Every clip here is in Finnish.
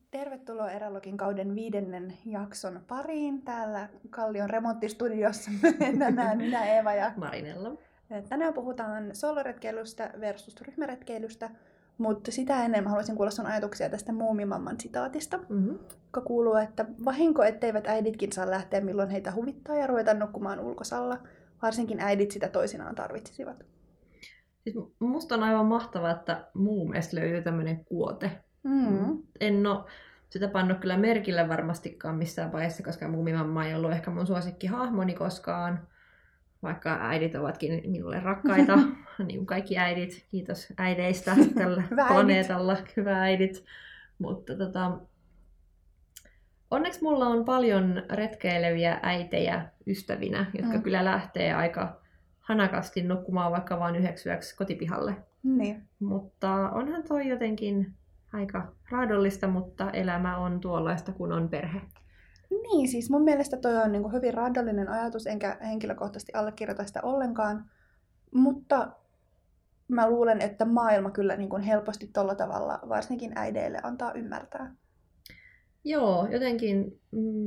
Tervetuloa Erälogin kauden 5. jakson pariin. Täällä Kallion remonttistudiossa tänään minä, Eeva ja Marinella. Tänään puhutaan soloretkeilystä versus ryhmäretkeilystä, mutta sitä ennen mä haluaisin kuulla sun ajatuksia tästä Muumimamman sitaatista, joka kuuluu, että vahinko, etteivät äiditkin saa lähteä milloin heitä huvittaa ja ruveta nukkumaan ulkosalla. Varsinkin äidit sitä toisinaan tarvitsisivat. Siis musta on aivan mahtavaa, että Muumeesta löytyy tämmöinen kuote. En ole sitä pannut kyllä merkille varmastikaan missään vaiheessa, koska Muumimamma ei ollut ehkä mun suosikkihahmoni koskaan. Vaikka äidit ovatkin minulle rakkaita, niin kuin kaikki äidit. Kiitos äideistä tällä planeetalla. Hyvä äidit. Mutta onneksi mulla on paljon retkeileviä äitejä ystävinä, jotka kyllä lähtee aika hanakasti nukkumaan vaikka vain 9 yöksi kotipihalle. Niin. Mutta onhan toi jotenkin aika raadollista, mutta elämä on tuollaista, kun on perhe. Niin, siis mun mielestä toi on niin kuin hyvin raadollinen ajatus, enkä henkilökohtaisesti allekirjoita sitä ollenkaan. Mutta mä luulen, että maailma kyllä niin kuin helposti tolla tavalla, varsinkin äideille, antaa ymmärtää. Joo, jotenkin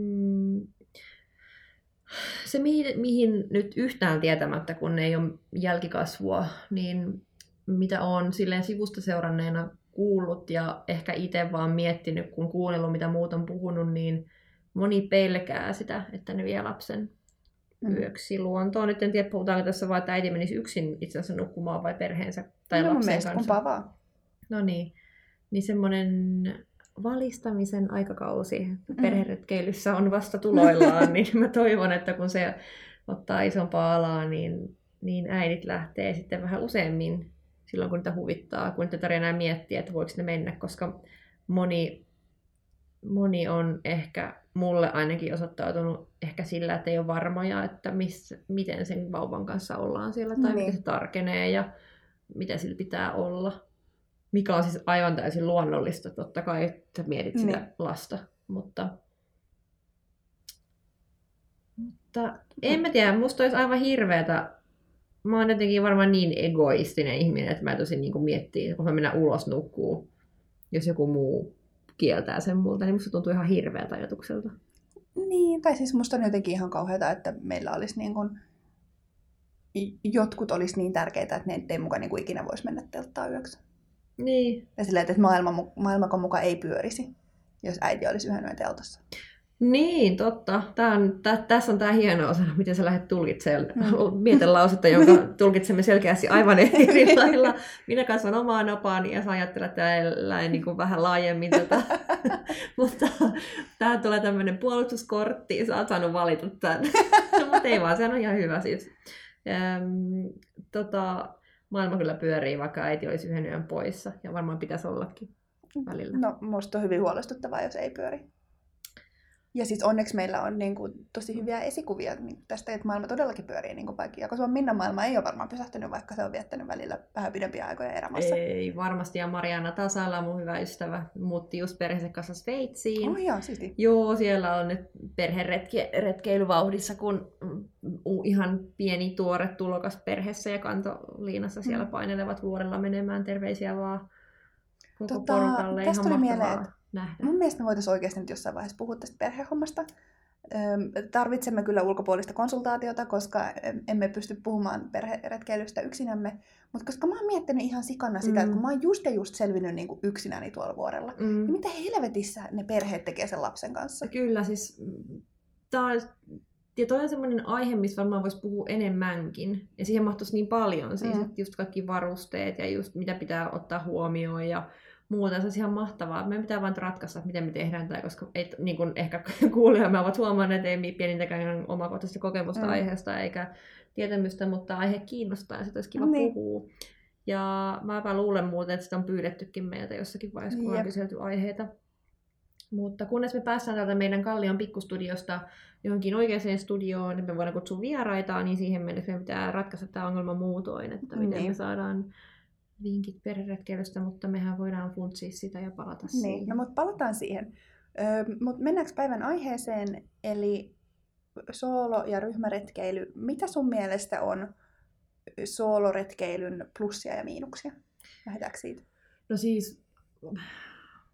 se mihin nyt yhtään tietämättä, kun ei ole jälkikasvua, niin mitä olen silleen sivusta seuranneena kuullut ja ehkä itse vaan miettinyt, kun kuunnellut mitä muut on puhunut, niin moni pelkää sitä, että ne vie lapsen yöksi luontoon. Nyt en tiedä, puhutaanko tässä vaan, että äiti menisi yksin itse asiassa nukkumaan vai perheensä tai lapsen kanssa. No niin semmoinen valistamisen aikakausi perheretkeilyssä on vasta tuloillaan, niin mä toivon, että kun se ottaa isompaa alaa, niin äidit lähtee sitten vähän useammin silloin, kun niitä huvittaa, kun niitä tarvitsee miettiä, että voiko ne mennä, koska moni on ehkä mulle ainakin osoittautunut ehkä sillä, että ei ole varmoja, että miten sen vauvan kanssa ollaan siellä tai miten se tarkenee ja mitä sillä pitää olla. Mikä on siis aivan täysin luonnollista, totta kai, että mietit sitä lasta. Mutta en mä tiedä, musta olisi aivan hirveetä. Mä oon jotenkin varmaan niin egoistinen ihminen, että mä tosin niin miettii, kun mä mennään ulos nukkuu, jos joku muu kieltää sen multa, niin musta tuntuu ihan hirveältä ajatukselta. Niin, tai siis musta on jotenkin ihan kauheata, että meillä olisi niin kuin jotkut olisi niin tärkeitä, että ne ei mukaan niin kuin ikinä voisi mennä telttaan yöksi. Niin. Ja silleen, että maailmakon mukaan ei pyörisi, jos äiti olisi yhden yön teltassa. Niin, totta. Tässä on tämä hieno osa, miten sä lähdet tulkitsemaan mietelausetta, jonka tulkitsemme selkeästi aivan eri lailla. Minä kasvan omaa napaani ja sä ajattelet täällä niin kuin vähän laajemmin tätä. Mutta tähän tulee tämmöinen puolustuskortti, sä oot saanut valita tämän. Mutta ei vaan, se on ihan hyvä siis. Maailma kyllä pyörii, vaikka äiti olisi yhden yön poissa, ja varmaan pitäisi ollakin välillä. No, musta on hyvin huolestuttavaa, jos ei pyöri. Ja siis onneksi meillä on niin kuin tosi hyviä esikuvia tästä, että maailma todellakin pyörii niin kuin kaikki. Ja koska Minnan maailma ei ole varmaan pysähtynyt, vaikka se on viettänyt välillä vähän pidempiä aikoja erämaassa. Ei, varmasti. Ja Mariana Tasala, mun hyvä ystävä, muutti just perheensä kanssa Sveitsiin. Oh joo, siisti. Joo, siellä on nyt perheretkeilyvauhdissa, kun ihan pieni tuore tulokas perheessä ja Kantoliinassa siellä painelevat vuorella menemään. Terveisiä vaan koko porukalle. Tästä tuli mieleen, että nähdä. Mun mielestä me voitaisiin oikeasti nyt jossain vaiheessa puhua tästä perhehommasta. Tarvitsemme kyllä ulkopuolista konsultaatiota, koska emme pysty puhumaan perheretkeilystä yksinämme. Mutta koska mä oon miettinyt ihan sikana sitä, että kun mä oon just selvinnyt niin kuin yksinäni tuolla vuorella, niin mitä helvetissä ne perheet tekee sen lapsen kanssa? Kyllä, siis toi on semmoinen aihe, missä varmaan voisi puhua enemmänkin. Ja siihen mahtuisi niin paljon, siis, että just kaikki varusteet ja just mitä pitää ottaa huomioon ja muuta. Se on ihan mahtavaa. Meidän pitää vain ratkaista, että miten me tehdään tämä, koska ei, niin kuin ehkä kuulijoimme ovat huomanneet, että ei pienintäkään omakohtaista kokemusta aiheesta eikä tietämystä, mutta aihe kiinnostaa ja sitä olisi kiva puhua. Ja mäpä luulen muuten, että sitä on pyydettykin meiltä jossakin vaiheessa, kun on kyselty aiheita. Mutta kunnes me päästään täältä meidän Kallion pikkustudiosta johonkin oikeaan studioon, niin me voidaan kutsua vieraita, niin siihen mennessä meidän pitää ratkaista tämä ongelma muutoin, että miten me saadaan vinkit perheretkeilystä, mutta mehän voidaan funtsia sitä ja palata siihen. Niin, no mutta palataan siihen. Mutta mennäänkö päivän aiheeseen, eli soolo- ja ryhmäretkeily. Mitä sun mielestä on sooloretkeilyn plussia ja miinuksia? Lähdetäänkö siitä? No siis,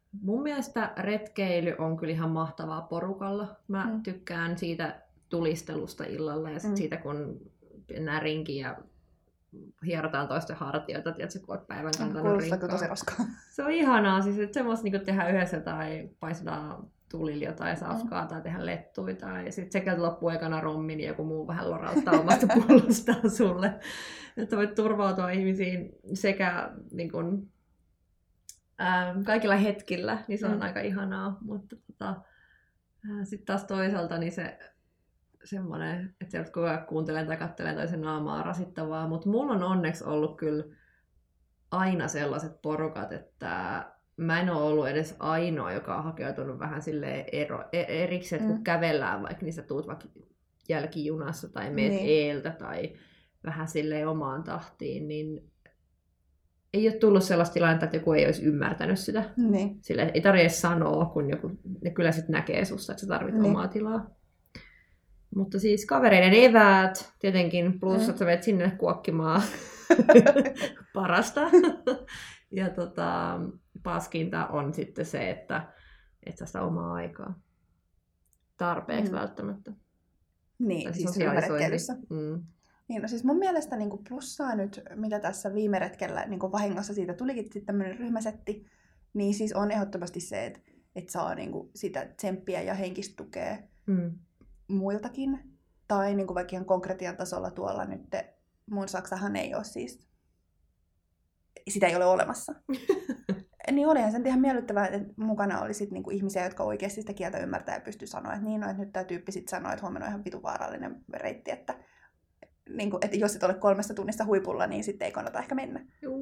Mun mielestä retkeily on kyllä ihan mahtavaa porukalla. Mä tykkään siitä tulistelusta illalla ja sit siitä, kun mennään rinkiin ja hierotaan toisten hartioita, tiedätkö, kun olet päivän kantanut rinkkaa. Tosi raskaa. Se on ihanaa, siis että semmoista niin tehdä yhdessä tai paistetaan tulilla jotain safkaa tai tehdä lettuja tai sitten sekä loppuu ekana rommi, niin joku muu vähän lorauttaa omasta pullostaan sulle. Että voit turvautua ihmisiin sekä niin kuin, kaikilla hetkillä, niin se on aika ihanaa, mutta sitten taas toisaalta niin se semmoinen, että sieltä koko ajan kuuntelen tai katselen toisen naamaa rasittavaa, mutta mulla on onneksi ollut kyllä aina sellaiset porukat, että mä en ole ollut edes ainoa, joka on hakeutunut vähän silleen erikseen, että kun kävellään vaikka, niin sä tuut vaikka jälkijunassa tai meet eeltä tai vähän silleen omaan tahtiin, niin ei ole tullut sellaista tilannetta, että joku ei olisi ymmärtänyt sitä. Niin. Silleen, ei tarvitse sanoa, kun joku, ne kyllä sitten näkee susta, että sä tarvitset omaa tilaa. Mutta siis kavereiden eväät tietenkin, plus että sä menet sinne kuokkimaan parasta. Ja paskinta on sitten se, että et sä sitä omaa aikaa tarpeeksi välttämättä. Niin, siis ryhmäretkeilyssä. Niin, no siis mun mielestä niin plussaa nyt, mitä tässä viime retkellä niin vahingossa siitä tulikin sitten tämmöinen ryhmäsetti, niin siis on ehdottomasti se, että saa niin sitä tsemppiä ja henkistä tukea muiltakin. Tai niin vaikka ihan konkretian tasolla tuolla nyt, mun Saksahan ei ole siis, sitä ei ole olemassa. Niin olihan sen ihan miellyttävää, että mukana oli sit niinku ihmisiä, jotka oikeasti sitä kieltä ymmärtää ja pystyy sanoa, että niin, no, että nyt tämä tyyppi sitten sanoo, että huomenna on ihan vitun vaarallinen reitti, että niinku, että jos et ole 3 tunnissa huipulla, niin sitten ei kannata ehkä mennä.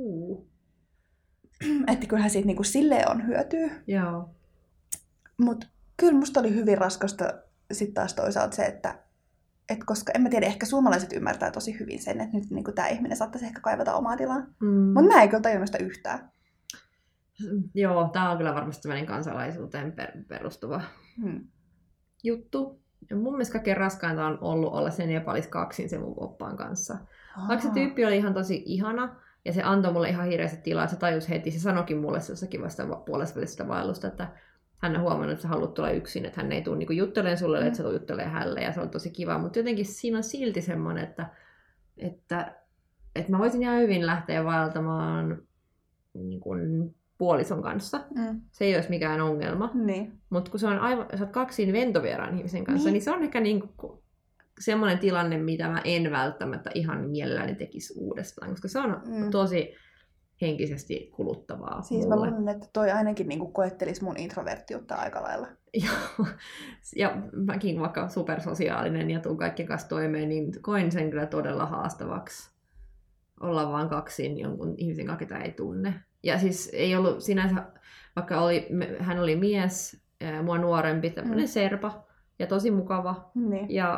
Että kyllähän siitä niinku silleen on hyötyä. Joo. Mut kyllä musta oli hyvin raskasta sitten taas toisaalta se, että koska en mä tiedä, ehkä suomalaiset ymmärtää tosi hyvin sen, että nyt niinku tämä ihminen saattaisi ehkä kaivata omaa tilaa. Mutta mä en kyllä tajunnut sitä yhtään. Joo, tää on kyllä varmasti tämmöinen kansalaisuuteen perustuva juttu. Ja mun mielestä kaikkein raskainta on ollut olla sen Nepalissa kaksin sen mun oppaan kanssa. Vaikka se tyyppi oli ihan tosi ihana, ja se antoi mulle ihan hirveästi tilaa, se tajus heti, se sanoikin mulle jossakin vasta puolestavälisestä vaellusta, että hän on huomannut, että sä haluat tulla yksin, että hän ei tule niinku juttelemaan sulle, että sä tulet juttelemaan hälle, ja se on tosi kiva, mutta jotenkin siinä on silti semmoinen, että mä voisin ihan hyvin lähteä vaeltamaan niin kuin puolison kanssa. Se ei olisi mikään ongelma. Niin. Mutta kun sä oot kaksin ventovieraan ihmisen kanssa, niin se on ehkä niinku semmoinen tilanne, mitä mä en välttämättä ihan mielelläni tekisi uudestaan, koska se on tosi henkisesti kuluttavaa. Siis mulle. Mä luulen, että toi ainakin niinku koettelisi mun introverttiutta aika lailla. Joo. Ja mäkin vaikka supersosiaalinen ja tuun kaikkien kanssa toimeen, niin koin sen kyllä todella haastavaksi olla vaan kaksin jonkun ihmisen kanssa, ketä ei tunne. Ja siis ei ollut sinänsä, vaikka hän oli mies, mua nuorempi, tämmöinen serpa ja tosi mukava. Niin. Ja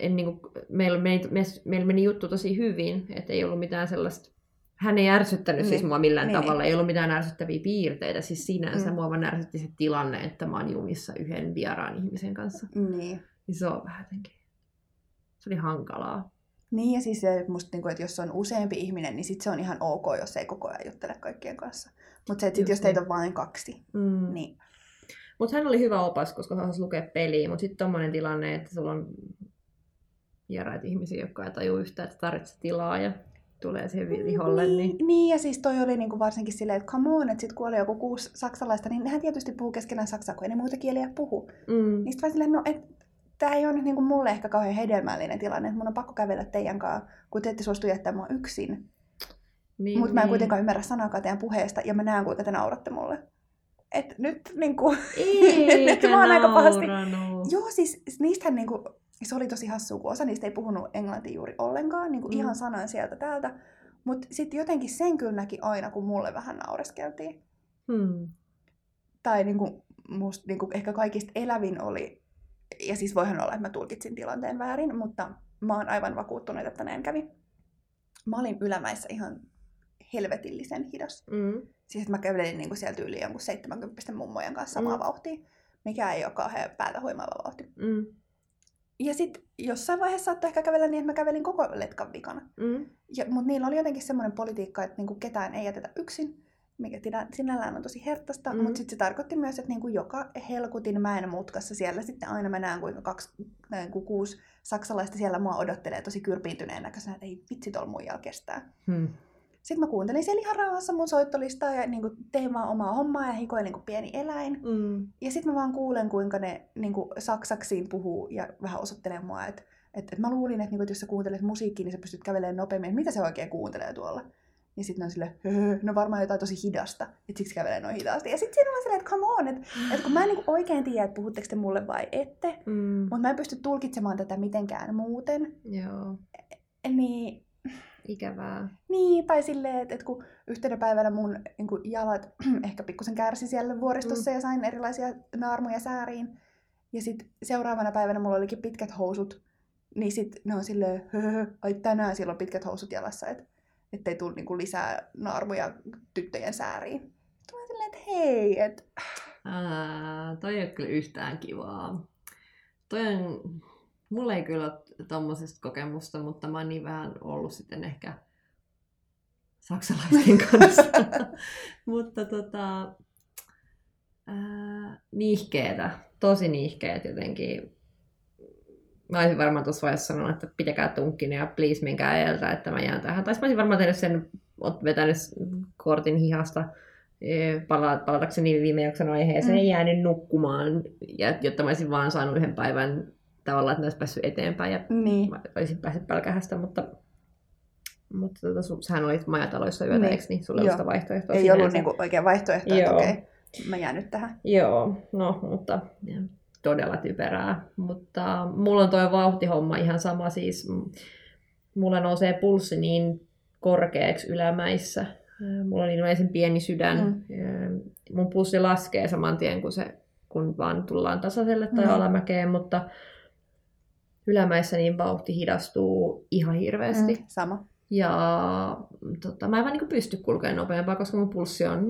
meillä meni juttu tosi hyvin, että ei ollut mitään sellaista. Hän ei ärsyttänyt siis mua millään tavalla, ei ollut mitään ärsyttäviä piirteitä. Siis sinänsä mua vaan ärsytti se tilanne, että mä oon jumissa yhden vieraan ihmisen kanssa. Niin. Se on vähän jotenkin. Se oli hankalaa. Niin, ja siis se, musta, että jos on useampi ihminen, niin sit se on ihan ok, jos ei koko ajan juttele kaikkien kanssa. Mutta se, että jos teitä on vain 2, niin. Mutta hän oli hyvä opas, koska hän osasi lukea peliä, mutta sitten tommonen tilanne, että sulla on vieraita ihmisiä, jotka ei tajua yhtään, että tarvitset tilaa ja tulee siihen viholle. Niin, ja siis toi oli niinku varsinkin silleen, että come on, että sit kun oli joku 6 saksalaista, niin nehän tietysti puhuu keskenään saksaa, kun ei ne muita kieliä puhu. Niin sit vaan silleen, no tää ei ole nyt niinku mulle ehkä kauhean hedelmällinen tilanne, että mun on pakko kävellä teidän kanssa, kun te ette suostu jättää mua yksin. Mutta mä en kuitenkaan ymmärrä sanaakaan teidän puheesta, ja mä näen, kuinka te nauratte mulle. Et nyt niinku. Eikä mä oon aika pahasti. Joo, siis niistähän niinku, se oli tosi hassua, kun osa niistä ei puhunut englantia juuri ollenkaan, niinku ihan sanoin sieltä täältä. Mutta sitten jotenkin sen kyllä näki aina, kun mulle vähän naureskeltiin. Tai niinku, musta niinku ehkä kaikista elävin oli, ja siis voihan olla, että mä tulkitsin tilanteen väärin, mutta mä oon aivan vakuuttunut, että näin kävi. Mä olin ylämäissä ihan helvetillisen hidas. Siis että mä kävelin niinku sieltä yli jonkun 70 mummojen kanssa samaa vauhtia, mikä ei ole kauhean päätä huimaava vauhti. Ja sitten jossain vaiheessa saattoi ehkä kävellä niin, että mä kävelin koko letkan vikana. Mutta niillä oli jotenkin semmoinen politiikka, että niinku ketään ei jätetä yksin. mikä sinällään on tosi herttaista, mutta sitten se tarkoitti myös, että niinku joka helkutin mäen mutkassa siellä sitten aina mä näen, kuinka 6 saksalaista siellä mua odottelee tosi kyrpiintyneen näköisenä, että ei vitsi tuolla muijalla kestää. Sitten mä kuuntelin siellä ihan rauhassa mun soittolistaa ja niinku tein vaan omaa hommaa ja hikoilin kuin pieni eläin. Ja sitten mä vaan kuulen, kuinka ne niinku saksaksiin puhuu ja vähän osoittelee mua, että mä luulin, että jos sä kuuntelet musiikkia, niin sä pystyt kävelemään nopeammin, että mitä se oikein kuuntelee tuolla. Ja sitten on silleen, no varmaan jotain tosi hidasta, että siksi kävelee noin hitaasti. Ja sitten siinä on silleen, että come on, että kun mä en niinku oikein tiedä, että puhutteko te mulle vai ette, mutta mä en pysty tulkitsemaan tätä mitenkään muuten. Joo. Niin... Ikävää. Niin, tai silleen, että kun yhtenä päivänä mun niin jalat ehkä pikkusen kärsi siellä vuoristossa ja sain erilaisia naarmuja sääriin. Ja sitten seuraavana päivänä mulla olikin pitkät housut. Niin sitten ne on silleen, ai tänään siellä on pitkät housut jalassa, ettei tule niin lisää naarmuja tyttöjen sääriin. Sitten mä silleen, että hei, että... Toi ei ole kyllä yhtään kivaa. Mulla ei kyllä ole tommosesta kokemusta, mutta mä oon niin vähän ollut sitten ehkä saksalaisten kanssa. Mutta nihkeetä, tosi nihkeet jotenkin. Mä olisin varmaan tuossa vaiheessa sanonut, että pitäkää tunkkinen ja please menkää edeltä, että mä jään tähän. Tai mä olisin varmaan tehnyt sen, vetänyt kortin hihasta palatakseni viime jakson aiheeseen ja jäänyt nukkumaan, jotta mä olisin vaan saanut yhden päivän tavallaan, että ne olisi päässyt eteenpäin ja mä olisin päässyt pälkähästä, mutta sähän olit majataloissa yötä, eikö niin? Sulla oli sitä vaihtoehtoa. Ei ollut niinku oikein vaihtoehtoa, että okei, mä jään nyt tähän. Joo, no mutta todella typerää. Mutta mulla on toi vauhtihomma ihan sama, siis mulla nousee pulssi niin korkeaksi ylämäissä. Mulla on ilmeisen pieni sydän. Mun pulssi laskee saman tien, kun vaan tullaan tasaiselle tai alamäkeen, mutta ylämäissä niin vauhti hidastuu ihan hirveästi. Sama. Ja mä en vaan niin pysty kulkemaan nopeampaa, koska mun pulssi on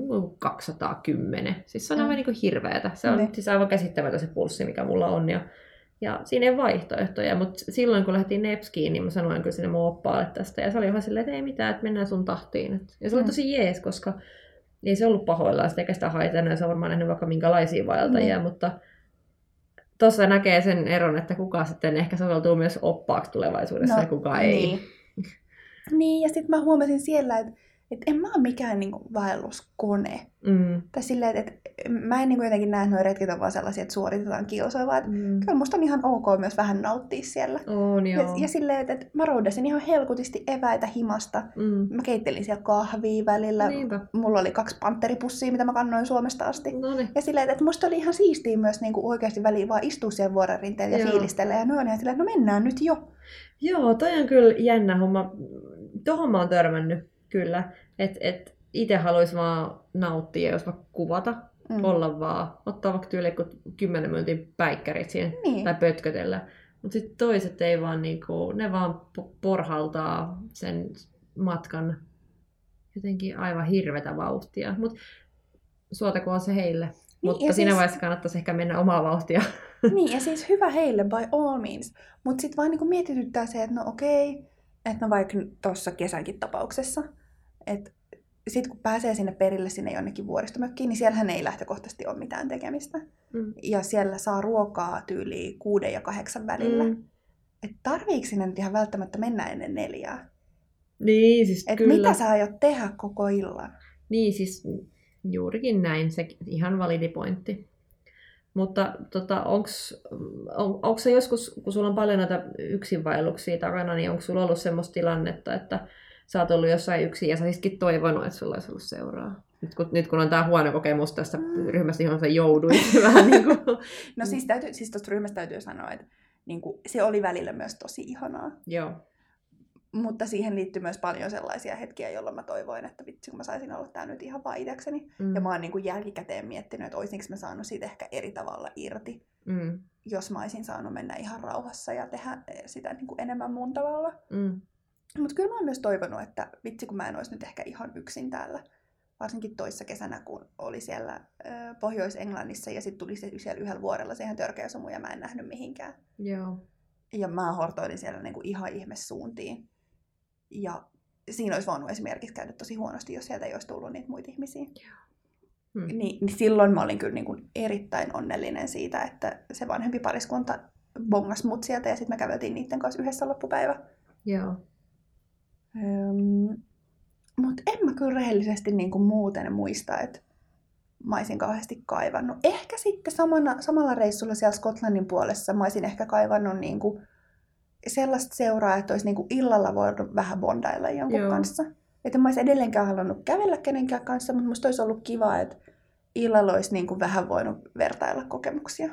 210. Siis se on aivan niin hirveetä. Se on siis aivan käsittämätön se pulssi, mikä mulla on. Ja siinä ei vaihtoehtoja, mutta silloin kun lähdettiin Nepskiin, niin mä sanoin kyllä sinne mun oppaalle tästä. Ja se oli ihan silleen, että ei mitään, että mennään sun tahtiin. Ja se oli tosi jees, koska ei se ollut pahoillaan, sitä eikä sitä haitannut. Ja se on varmaan nähnyt vaikka minkälaisia vaeltajia, mutta tuossa näkee sen eron, että kuka sitten ehkä soveltuu myös oppaaksi tulevaisuudessa ja kuka ei. Niin, ja sitten mä huomasin siellä, että en mä ole mikään niinku vaelluskone. Tai silleen, että mä en niinku jotenkin näe, että nuo retket on vaan sellaisia, että suoritetaan kilsoja, vaan kyllä musta on ihan ok myös vähän nauttia siellä. On, joo. Ja silleen, että mä roudasin ihan helkutisti eväitä himasta. Mä keittelin siellä kahvia välillä. Niinpä. Mulla oli 2 pantteripussia, mitä mä kannoin Suomesta asti. Noniin. Ja silleen, että musta oli ihan siistiä myös niinku oikeasti väliin vaan istua siellä vuoren rinteellä ja fiilistellä. Ja noin ihan silleen, että no mennään nyt jo. Joo, toi on kyllä jännä homma. Tohon mä oon törmännyt kyllä. Että itse haluaisi vaan nauttia, jos vaikka kuvata, olla vaan, ottaa vaikka tyyliin 10 minuutin päikkärit siihen tai pötkötellä. Mutta sitten toiset ei vaan niinku, ne vaan porhaltaa sen matkan jotenkin aivan hirvetä vauhtia. Mutta suotakoon se heille. Mutta siinä vaiheessa kannattaisi ehkä mennä omaa vauhtia. Niin, ja siis hyvä heille by all means. Mutta sitten vaan niinku mietityttää se, että no okei, että no vaikka tuossa kesänkin tapauksessa, että sitten kun pääsee sinne perille, sinne jonnekin vuoristomökkiin, niin siellähän ei lähtökohtaisesti ole mitään tekemistä. Ja siellä saa ruokaa tyyliin 6 ja 8 välillä. Että tarviiko sinne nyt ihan välttämättä mennä ennen 4? Niin, siis kyllä. Mitä sä aiot tehdä koko illan? Niin, siis juurikin näin, se ihan validi pointti. Mutta onko se joskus, kun sulla on paljon näitä yksinvaelluksia takana, niin onko sulla ollut semmoista tilannetta, että sä oot ollut jossain yksin ja sä olisikin toivonut, että sulla olisi ollut seuraa? Nyt kun on tää huono kokemus tästä ryhmästä, johon sä jouduit vähän niin kuin... No siis tuosta ryhmästä täytyy sanoa, että niin kuin, se oli välillä myös tosi ihanaa. Joo. Mutta siihen liittyy myös paljon sellaisia hetkiä, jolloin mä toivoin, että vitsi, kun mä saisin olla tää nyt ihan vaan itsekseni. Ja mä oon niin kuin jälkikäteen miettinyt, että olisinko mä saanut siitä ehkä eri tavalla irti, jos mä olisin saanut mennä ihan rauhassa ja tehdä sitä niin kuin enemmän mun tavalla. Mutta kyllä mä oon myös toivonut, että vitsi, kun mä en olisi nyt ehkä ihan yksin täällä. Varsinkin toissa kesänä, kun oli siellä Pohjois-Englannissa ja sitten tuli se siellä yhdellä vuorella siihen törkeä sumu ja mä en nähnyt mihinkään. Joo. Ja mä hortoilin siellä niinku ihan ihmesuuntiin. Ja siinä olisi voinut esimerkiksi käydä tosi huonosti, jos sieltä ei olisi tullut niitä muita ihmisiä. Hmm. Niin silloin mä olin kyllä niin kuin erittäin onnellinen siitä, että se vanhempi pariskunta bongasi mut sieltä ja sitten me käveltiin niiden kanssa yhdessä loppupäivä. Joo. Mutta en mä kyllä rehellisesti niin kuin muuten muista, että mä olisin kauheasti kaivannut. Ehkä sitten samalla reissulla siellä Skotlannin puolessa mä olisin ehkä kaivannut niin kuin sellaista seuraa, että olisi niin kuin illalla voinut vähän bondailla jonkun kanssa. Että mä olisin edelleenkään halunnut kävellä kenenkään kanssa, mutta musta olisi ollut kiva, että illalla olisi niin kuin vähän voinut vertailla kokemuksia.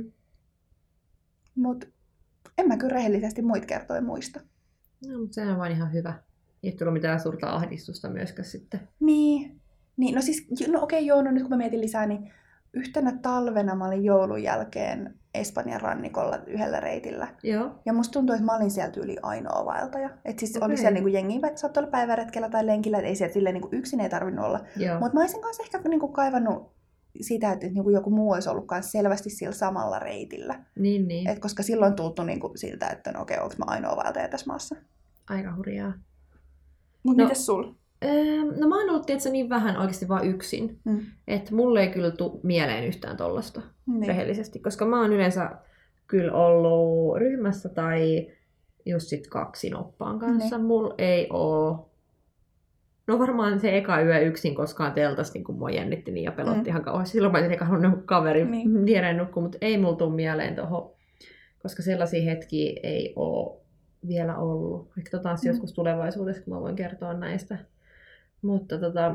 Mutta en mä kyllä rehellisesti muita kertoja muista. No, mutta sehän on vaan ihan hyvä. Ei tullut mitään suurta ahdistusta myöskään sitten. Niin, no siis, no nyt kun mä mietin lisää, niin yhtenä talvena mä olin joulun jälkeen Espanjan rannikolla yhdellä reitillä. Joo. Ja musta tuntui, että mä olin sieltä yli ainoa vaeltaja. Että siis oli siellä niinku jengi, saattoi olla päiväretkellä tai lenkillä, että ei siellä silleen niinku yksin ei tarvinnut olla. Mutta mä olisin kanssa ehkä niinku kaivannut sitä, että niinku joku muu olisi ollut selvästi sillä samalla reitillä. Niin. Et koska silloin tuntui niinku siltä, että no okei, onko mä ainoa vaeltaja tässä maassa. Aika hurjaa. Mutta mites sul? No mä oon ollut tietysti niin vähän oikeasti vaan yksin, että mulle ei kyllä tule mieleen yhtään tollasta rehellisesti, koska mä oon yleensä kyllä ollut ryhmässä tai just sit kaksin oppaan kanssa. Mulla ei oo. No varmaan se eka yö yksin koskaan teltas, niin kun mua jännitti niin ja pelotti ihan kauheasti. Silloin mä olisin eka halunnut kaverin viereen nukkua, mutta ei mulla tule mieleen toho, koska sellaisia hetkiä ei oo vielä ollut. Ehkä joskus tulevaisuudessa, kun mä voin kertoa näistä. Mutta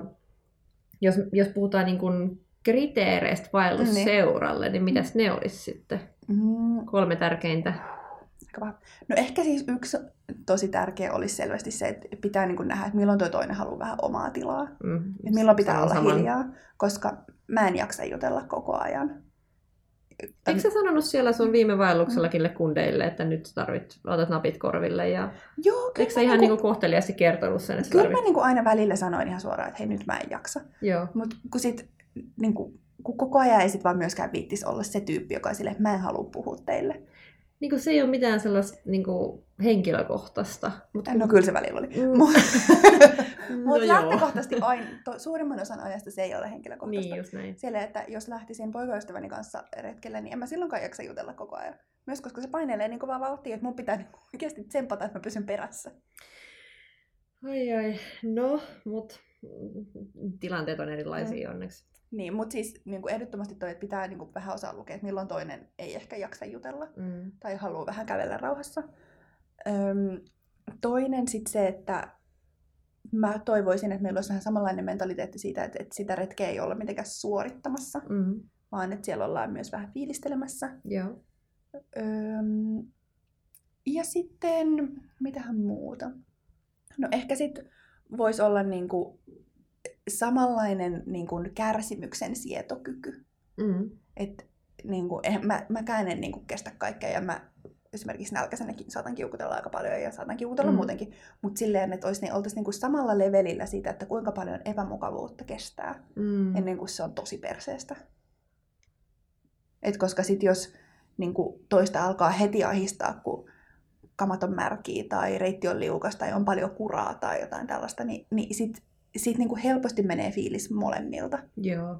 jos puhutaan niin kuin kriteereistä vaellusseuralle, niin mitäs ne olisi sitten? 3 tärkeintä. No ehkä siis yksi tosi tärkeä olisi selvästi se, että pitää niin kuin nähdä, että milloin tuo toinen haluaa vähän omaa tilaa. Että milloin pitää olla hiljaa, koska mä en jaksa jutella koko ajan. Eikö sä sanonut siellä sun viime vaelluksellakin kundeille, että nyt otat napit korville? Ja... Joo, eikö sä ihan niin kohteliaasti kertonut sen? Kyllä mä niin kuin aina välillä sanoin ihan suoraan, että hei, nyt mä en jaksa. Mutta kun koko ajan ei sit vaan myöskään viittisi olla se tyyppi, joka on silleen, että mä en halua puhua teille. Niin kuin se ei ole mitään sellaista niin kuin henkilökohtaista. No kyllä se välillä oli. Mutta lähtökohtaisesti suurimman osan ajasta se ei ole henkilökohtaista. Niin, just näin. Siellä, että jos lähtisin poikaystäväni kanssa retkelle, niin en mä silloinkaan jaksa jutella koko ajan. Myös koska se painelee niin kovaa vauhtia, että mun pitää niin oikeasti tsempata, että mä pysyn perässä. Ai. No, mutta tilanteet on erilaisia onneksi. Niin, mutta siis niin kuin ehdottomasti toi, että pitää niin kuin vähän osaa lukea, että milloin toinen ei ehkä jaksa jutella tai haluaa vähän kävellä rauhassa. Toinen sitten se, että mä toivoisin, että meillä olisi vähän samanlainen mentaliteetti siitä, että sitä retkeä ei olla mitenkään suorittamassa, vaan että siellä ollaan myös vähän fiilistelemässä. Joo. Ja sitten, mitähän muuta? No ehkä sitten voisi olla niinku samanlainen niinku kärsimyksen sietokyky. Että niinku, mäkään en niinku kestä kaikkea ja mä esimerkiksi nälkäisenäkin saatan kiukutella aika paljon ja saatan kiukutella muutenkin. Mutta silleen, että oltaisiin niinku samalla levelillä siitä, että kuinka paljon epämukavuutta kestää ennen kuin se on tosi perseestä. Et koska sit jos niinku toista alkaa heti ahistaa, kun kamat on märkiä tai reitti on liukas tai on paljon kuraa tai jotain tällaista, niin sit niinku helposti menee fiilis molemmilta. Joo.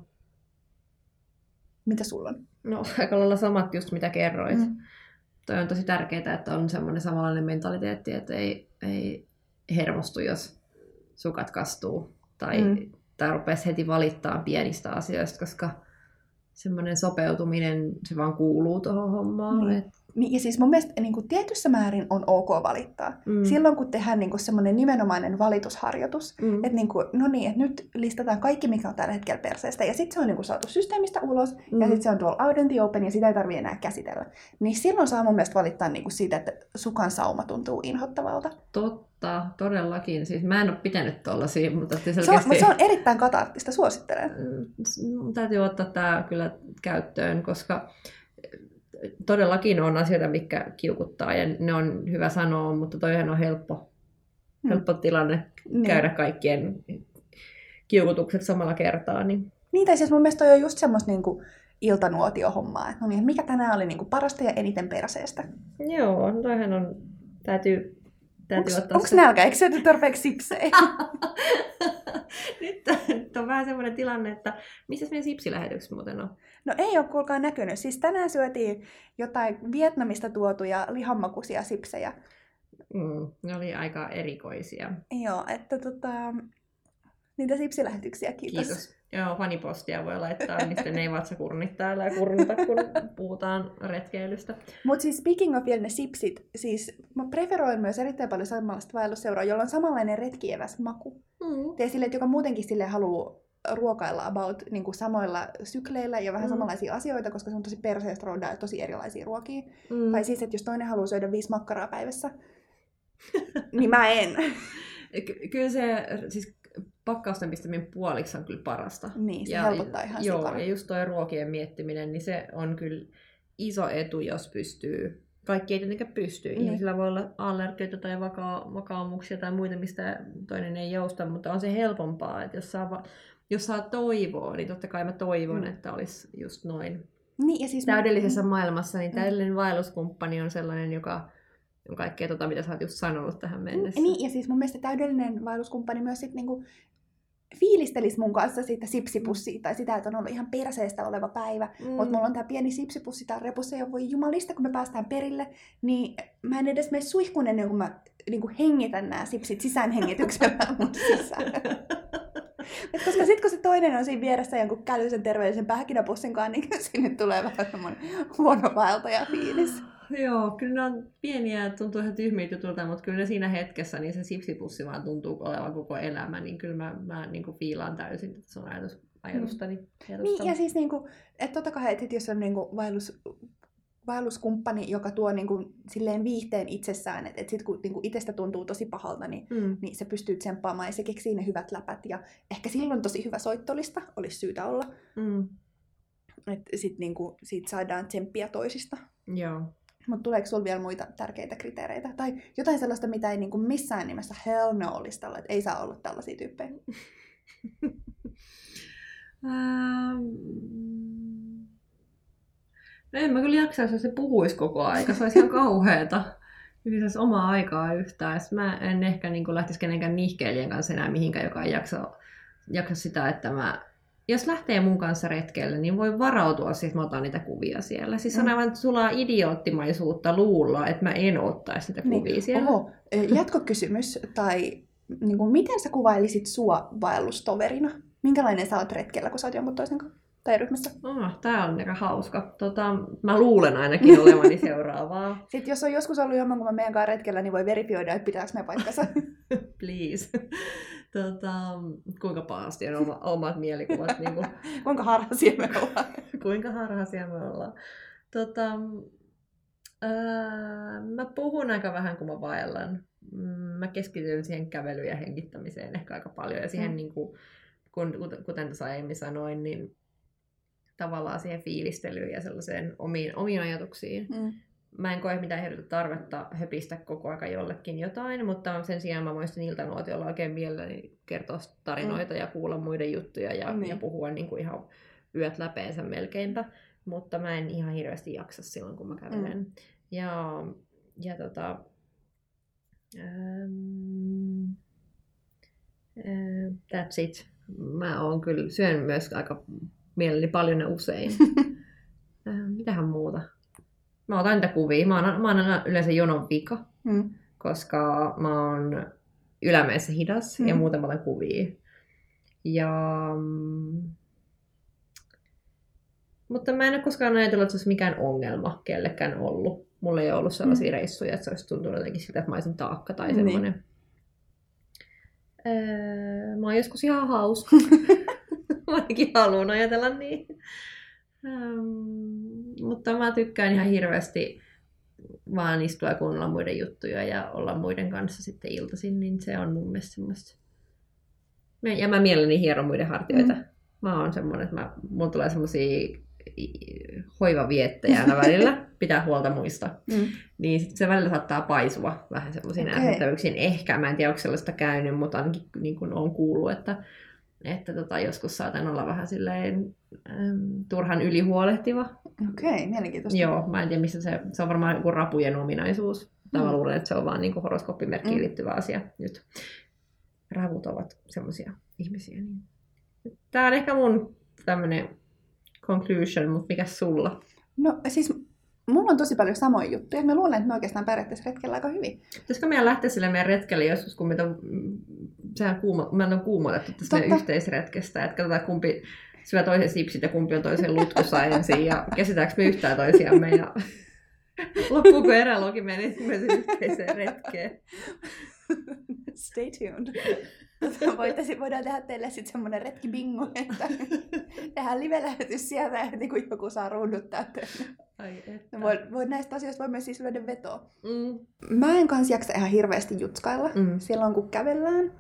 Mitä sulla on? No aika lailla samat just mitä kerroit. Toi on tosi tärkeää, että on semmoinen samanlainen mentaliteetti, että ei hermostu, jos sukat kastuu tai rupeaisi heti valittaa pienistä asioista, koska semmoinen sopeutuminen, se vaan kuuluu tuohon hommaan. Niin, ja siis mun mielestä niin kuin tietyssä määrin on ok valittaa. Silloin kun tehdään niin kuin semmoinen nimenomainen valitusharjoitus, että, niin kuin, no niin, että nyt listataan kaikki, mikä on tällä hetkellä perseestä, ja sitten se on niin kuin saatu systeemistä ulos, ja sitten se on tuolla out in the open, ja sitä ei tarvitse enää käsitellä. Niin silloin saa mun mielestä valittaa niin kuin siitä, että sukan sauma tuntuu inhottavalta. Totta, todellakin. Siis mä en ole pitänyt tollasia, mutta se on erittäin katarttista, suosittelen. Täytyy ottaa tämä kyllä käyttöön, koska todellakin on asioita, mitkä kiukuttaa ja ne on hyvä sanoa, mutta toihan on helppo tilanne käydä kaikkien kiukutukset samalla kertaa. Niin tai siis mun mielestä toi on just semmoista niinku iltanuotio-hommaa, että no niin, mikä tänään oli niinku parasta ja eniten perseestä. Joo, toihan on, täytyy Täytyy ottaa Onko nälkä? Eikö syöty tarpeeksi sipsejä? Nyt on vähän semmoinen tilanne, että missä meidän sipsilähetykset muuten on? No ei ole kuulkaa näkynyt. Siis tänään syötiin jotain Vietnamista tuotuja lihanmakuisia sipsejä. Ne oli aika erikoisia. Joo, että niitä sipsilähetyksiä, Kiitos. Joo, fanipostia voi laittaa, niin sitten ei vatsakurnit täällä ja kurnita, kun puhutaan retkeilystä. Mutta siis speaking of vielä ne sipsit, siis mä preferoin myös erittäin paljon samanlaista vaellusseuraa, jolla on samanlainen retkieväs maku. Ja sille, että joka muutenkin sille haluaa ruokailla about niin kuin samoilla sykleillä ja vähän samanlaisia asioita, koska se on tosi perseestä roudaa tosi erilaisia ruokia. Tai siis, että jos toinen haluaa syödä 5 makkaraa päivässä, niin mä en. Kyllä se, siis pakkausten pistäminen puoliksi on kyllä parasta. Niin, se helpottaa ihan joo, sikana. ja just toi ruokien miettiminen, niin se on kyllä iso etu, jos pystyy. Kaikki ei tietenkään pysty. Ihmisillä voi olla allergioita tai vakaumuksia tai muita, mistä toinen ei jousta, mutta on se helpompaa, että jos saa toivoa, niin totta kai mä toivon, että olisi just noin. Niin, ja siis täydellisessä maailmassa, niin täydellinen vaelluskumppani on sellainen, joka on kaikkea mitä sä oot just sanonut tähän mennessä. Niin, ja siis mun mielestä täydellinen vaelluskumppani myös sit niinku fiilistelisi mun kanssa siitä sipsipussia tai sitä, että on ollut ihan perseestä oleva päivä. Mutta mulla on tää pieni sipsipussi tää repussa ja voi jumalista, kun me päästään perille, niin mä en edes mene suihkuun ennen kuin mä niinku hengitän nämä sipsit sisäänhengityksellä mun sisään. Koska sit kun se toinen on siinä vieressä jonkun kälyisen terveellisen pähkinäpussin kanssa, niin sinne tulee vähän semmoinen huono vaeltaja fiilis. Joo, kyllä ne on pieniä ja tuntuu ihan tyhmiltä jutulta, mutta kyllä ne siinä hetkessä niin se sipsipussi vaan tuntuu olevan koko elämä, niin kyllä mä niin kuin fiilaan täysin tätä sun ajatustani. Niin, ja siis niinku, että totta kai, että jos on niinku vaelluskumppani, joka tuo niinku silleen viihteen itsessään, että sit kun niinku itsestä tuntuu tosi pahalta, niin se pystyy tsemppaamaan ja se keksii ne hyvät läpät. Ja ehkä silloin tosi hyvä soittolista olisi syytä olla. Että sit niinku, siitä saadaan tsemppiä toisista. Joo. Mutta tuleeko sulla vielä muita tärkeitä kriteereitä? Tai jotain sellaista, mitä ei niinku missään nimessä hell no listalla, että ei saa olla tällaisia tyyppejä? No en mä kyllä jaksaisi, jos se puhuisi koko aika. Se olisi ihan kauheeta. Kyllä se olisi omaa aikaa yhtään. Mä en ehkä niin lähtisi kenenkään nihkeilijän kanssa enää mihinkään, joka ei jaksa sitä, että jos lähtee mun kanssa retkeelle, niin voi varautua siihen, että mä otan niitä kuvia siellä. Siis on aivan sulaa idioottimaisuutta luulla, että mä en ottaisi niitä kuvia siellä. Oho, jatkokysymys. Tai niin kuin, miten sä kuvailisit sua vaellustoverina? Minkälainen sä oot retkellä, kun sä oot jonkun toisen kanssa? Tai ryhmässä? Tää on aika hauska. Mä luulen ainakin olevani seuraavaa. Sitten jos on joskus ollut jomman, kun mä meidän kanssa retkellä, niin voi verifioida, että pitääkö me paikkansa. Please. Kuinka pahasti on omat mielikuvat? Niin kuin... Kuinka harhaisia me ollaan? Kuinka harhaisia me ollaan? Mä puhun aika vähän, kun mä vaellan. Mä keskityn siihen kävelyyn ja hengittämiseen ehkä aika paljon. Ja siihen, niin kuin, kuten tässä aiemmin sanoin, niin tavallaan siihen fiilistelyyn ja sellaiseen omiin ajatuksiin. Mä en koe mitään hirveätä tarvetta höpistä koko aika jollekin jotain, mutta sen sijaan mä muistan iltanuotiolla oikein mielelläni kertoa tarinoita ja kuulla muiden juttuja ja puhua niin kuin ihan yöt läpeensä melkeinpä. Mutta mä en ihan hirveästi jaksa silloin, kun mä kävelen. That's it. Mä syön myös aika mielelläni paljon ja usein. Mitähän muuta? Mä otan niitä kuvia. Mä oon yleensä jonon vika, koska mä oon ylämäessä hidas ja muuten mä otan kuvia. Mutta mä en ole koskaan ajatellut, että se olisi mikään ongelma kellekään ollut. Mulla ei ole ollut sellaisia reissuja, että se olisi tuntunut jotenkin siltä, että mä olisin taakka tai semmoinen. Mä oon joskus ihan hauska. Mä ainakin haluan ajatella niin. Mutta mä tykkään ihan hirveästi vaan istua ja kuunnella muiden juttuja ja olla muiden kanssa sitten iltaisin, niin se on mun mielestä semmoista. Ja mä mielelläni hieron muiden hartioita. Mä oon semmoinen, että mulla tulee semmosia hoivaviettejä aina välillä, pitää huolta muista. Niin sit se välillä saattaa paisua vähän semmoisiin ärsyttävyyksiin. Ehkä, mä en tiedä, onko sellaista käynyt, mutta ainakin niin kuin on kuullut, että joskus saatan olla vähän silleen turhan ylihuolehtiva. Okei, mielenkiintoista. Joo, mä en tiedä missä se on varmaan joku rapujen ominaisuus. Tai mä luulen, että se on vaan niin kuin horoskooppimerkkiin liittyvä asia nyt. Ravut ovat semmoisia ihmisiä. Niin. Tää on ehkä mun tämmönen conclusion, mutta mikäs sulla? No siis mulla on tosi paljon samoja juttuja. Mä luulen, että me oikeastaan pärjättäisiin retkellä aika hyvin. Pitäisikö meidän lähteä sille meidän retkelle joskus, kun meillä on kuumotettu tästä meidän yhteisretkestä, että katsotaan kumpi syö toisen sipsit ja kumpi on toisen lutkussa ensin ja käsitäänkö me yhtään toisiamme ja loppuuko erälogi meidän ensimmäisen yhteiseen retkeen. Stay tuned. Voidaan tehdä teille sitten semmoinen retkibingo, että tehdään live-lähetys sieltä ja niin kuin joku saa ruuduttaa tänne. Näistä asioista voimme siis lyödä vetoa. Mä en kans jaksa ihan hirveästi jutskailla silloin, kun kävellään.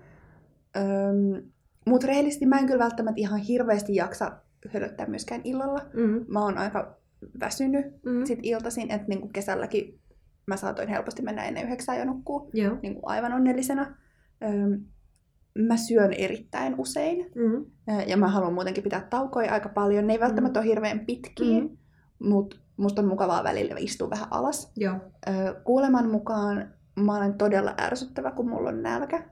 Mutta rehellisesti mä en kyllä välttämättä ihan hirveästi jaksa hölöttää myöskään illalla. Mä oon aika väsynyt sit iltaisin, että niinku kesälläkin mä saatoin helposti mennä ennen 9 ja nukkua niinku aivan onnellisena. Mä syön erittäin usein ja mä haluan muutenkin pitää taukoja aika paljon. Ne ei välttämättä ole hirveän pitkiä, mutta musta on mukavaa välillä istua vähän alas. Kuuleman mukaan mä olen todella ärsyttävä, kun mulla on nälkä.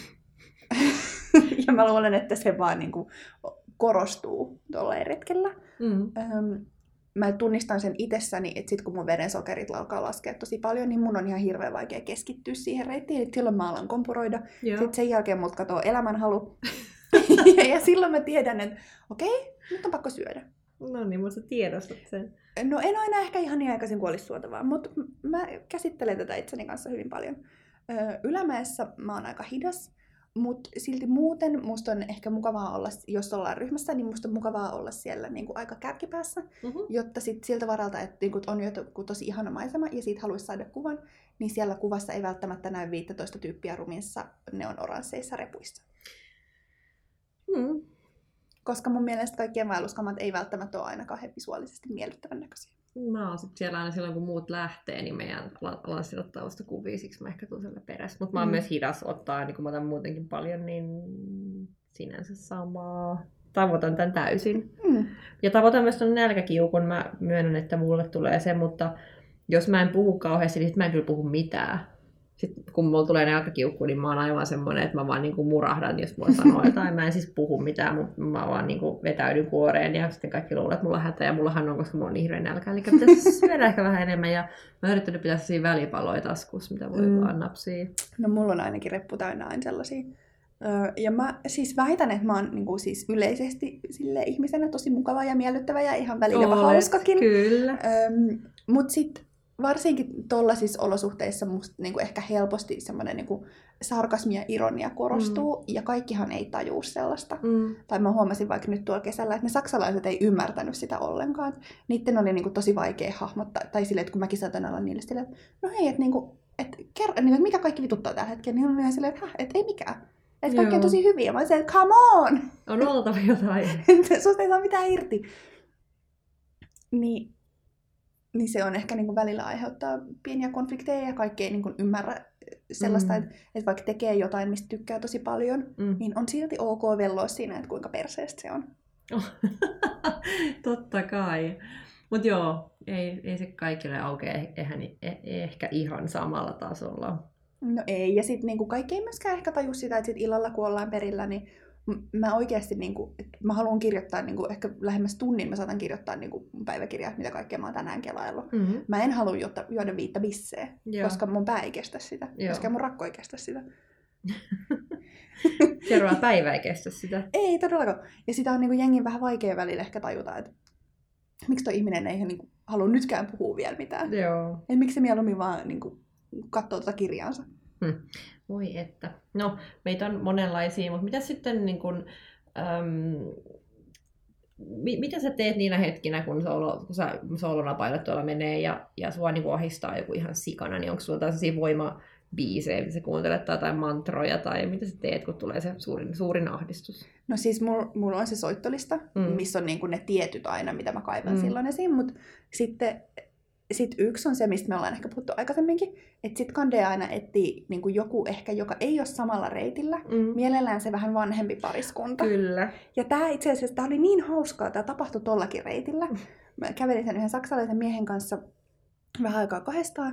Ja mä luulen, että se vaan niinku korostuu tuolla retkellä. Mä tunnistan sen itsessäni, että sit kun mun verensokerit alkaa laskea tosi paljon, niin mun on ihan hirveän vaikea keskittyä siihen reittiin. Et silloin mä alan kompuroida. Sitten sen jälkeen mut katoo elämänhalu. Ja silloin mä tiedän, että okei, nyt on pakko syödä. No niin, mutta sä tiedostat sen. No en ole enää ehkä ihan niin aikaisin kuin olisi suotavaa, mutta mä käsittelen tätä itseni kanssa hyvin paljon. Ylämäessä mä oon aika hidas. Mutta silti muuten musta on ehkä mukavaa olla, jos ollaan ryhmässä, niin musta on mukavaa olla siellä niinku aika kärkipäässä, jotta sit siltä varalta, että niinku on joku tosi ihana maisema ja siitä haluaisi saada kuvan, niin siellä kuvassa ei välttämättä näy 15 tyyppiä rumissa neon-oransseissa repuissa. Koska mun mielestä kaikkien vaelluskamat ei välttämättä ole ainakaan visuaalisesti miellyttävän näköisiä. Mä oon sit siellä aina silloin, kun muut lähtee, niin meidän alan ottaa vasta kuvia, siksi mä ehkä tuun siellä perässä. Mutta mä oon myös hidas ottaa, niin kun mä otan muutenkin paljon, niin sinänsä samaa. Tavoitan tämän täysin. Ja tavoitan myös ton nälkäkiukun. Mä myönnän, että mulle tulee se, mutta jos mä en puhu kauheasti, niin sit mä en kyllä puhu mitään. Sitten kun mulla tulee nälkäkiukku, niin mä oon aivan semmoinen, että mä vaan niinku murahdan, jos mulla sanoo jotain. Mä en siis puhu mitään, mutta mä vaan niinku vetäydyn kuoreen ja sitten kaikki luulee, että mulla on hätä ja mullahan on, koska mulla on niin hirveän nälkä. Eli pitäisi syödä ehkä vähän enemmän ja mä oon yrittänyt pitää sellaisia välipaloja taskussa, mitä voi vaan napsia. No mulla on ainakin reppu täynnä aina sellaisia. Ja mä siis väitän, että mä oon niinku siis yleisesti ihmisenä tosi mukava ja miellyttävä ja ihan välillä jopa hauskakin. Kyllä. Mut sit varsinkin tuollaisissa olosuhteissa musta niinku ehkä helposti semmoinen niinku sarkasmi ja ironia korostuu, ja kaikkihan ei tajuu sellaista. Tai mä huomasin vaikka nyt tuolla kesällä, että ne saksalaiset ei ymmärtänyt sitä ollenkaan. Niitten oli niinku tosi vaikea hahmottaa, tai silleen, että kun mäkin saatan olla niille silleen, että no hei, että niinku, niinku, mikä kaikki vituttaa tällä hetkellä, niin on ihan silleen, että ei mikään. Että kaikki on tosi hyviä. Mä olisin, että come on! On oltava jotain. Susta ei saa mitään irti. Niin se on ehkä niinku välillä aiheuttaa pieniä konflikteja ja kaikki ei niinku ymmärrä sellaista, että vaikka tekee jotain, mistä tykkää tosi paljon, niin on silti ok velloa siinä, että kuinka perseestä se on. Totta kai. Mutta joo, ei se kaikille aukea ehkä ihan samalla tasolla. No ei, ja sitten niinku kaikki ei myöskään ehkä taju sitä, että sit illalla kun ollaan perillä, niin mä oikeasti, niinku, mä haluan kirjoittaa niinku, ehkä lähemmäs tunnin, mä saatan kirjoittaa niinku, päiväkirjaa, mitä kaikkea mä oon tänään kelaillut. Mä en halua juoda 5 bisseä, koska mun pää ei kestä sitä, koska mun rakko ei kestä sitä. Seuraava päivä ei kestä sitä. Ei todellakaan. Ja sitä on niinku, jengin vähän vaikea välillä ehkä tajuta, että miksi toi ihminen ei niinku, halua nytkään puhua vielä mitään. Joo. Et miksi se mieluummin vaan niinku, katsoo tuota kirjaansa. Voi että. No, meitä on monenlaisia, mutta mitä sitten niin kun, mitä sä teet niinä hetkinä, kun sä soolonapailet tuolla menee ja sua niin ahistaa joku ihan sikana, niin onko sulla tällaisia voimabiisejä, mitä sä kuuntelet tai mantroja, tai mitä sä teet, kun tulee se suurin ahdistus? No siis mulla on se soittolista, missä on niin kun ne tietyt aina, mitä mä kaivan silloin esiin, mutta sitten yksi on se, mistä me ollaan ehkä puhuttu aikaisemminkin, että sitten kandee aina etsii niin kuin joku ehkä, joka ei ole samalla reitillä. Mielellään se vähän vanhempi pariskunta. Kyllä. Ja tämä itse asiassa oli niin hauskaa, tämä tapahtui tollakin reitillä. Mä kävelin sen yhden saksalaisen miehen kanssa vähän aikaa kahdestaan.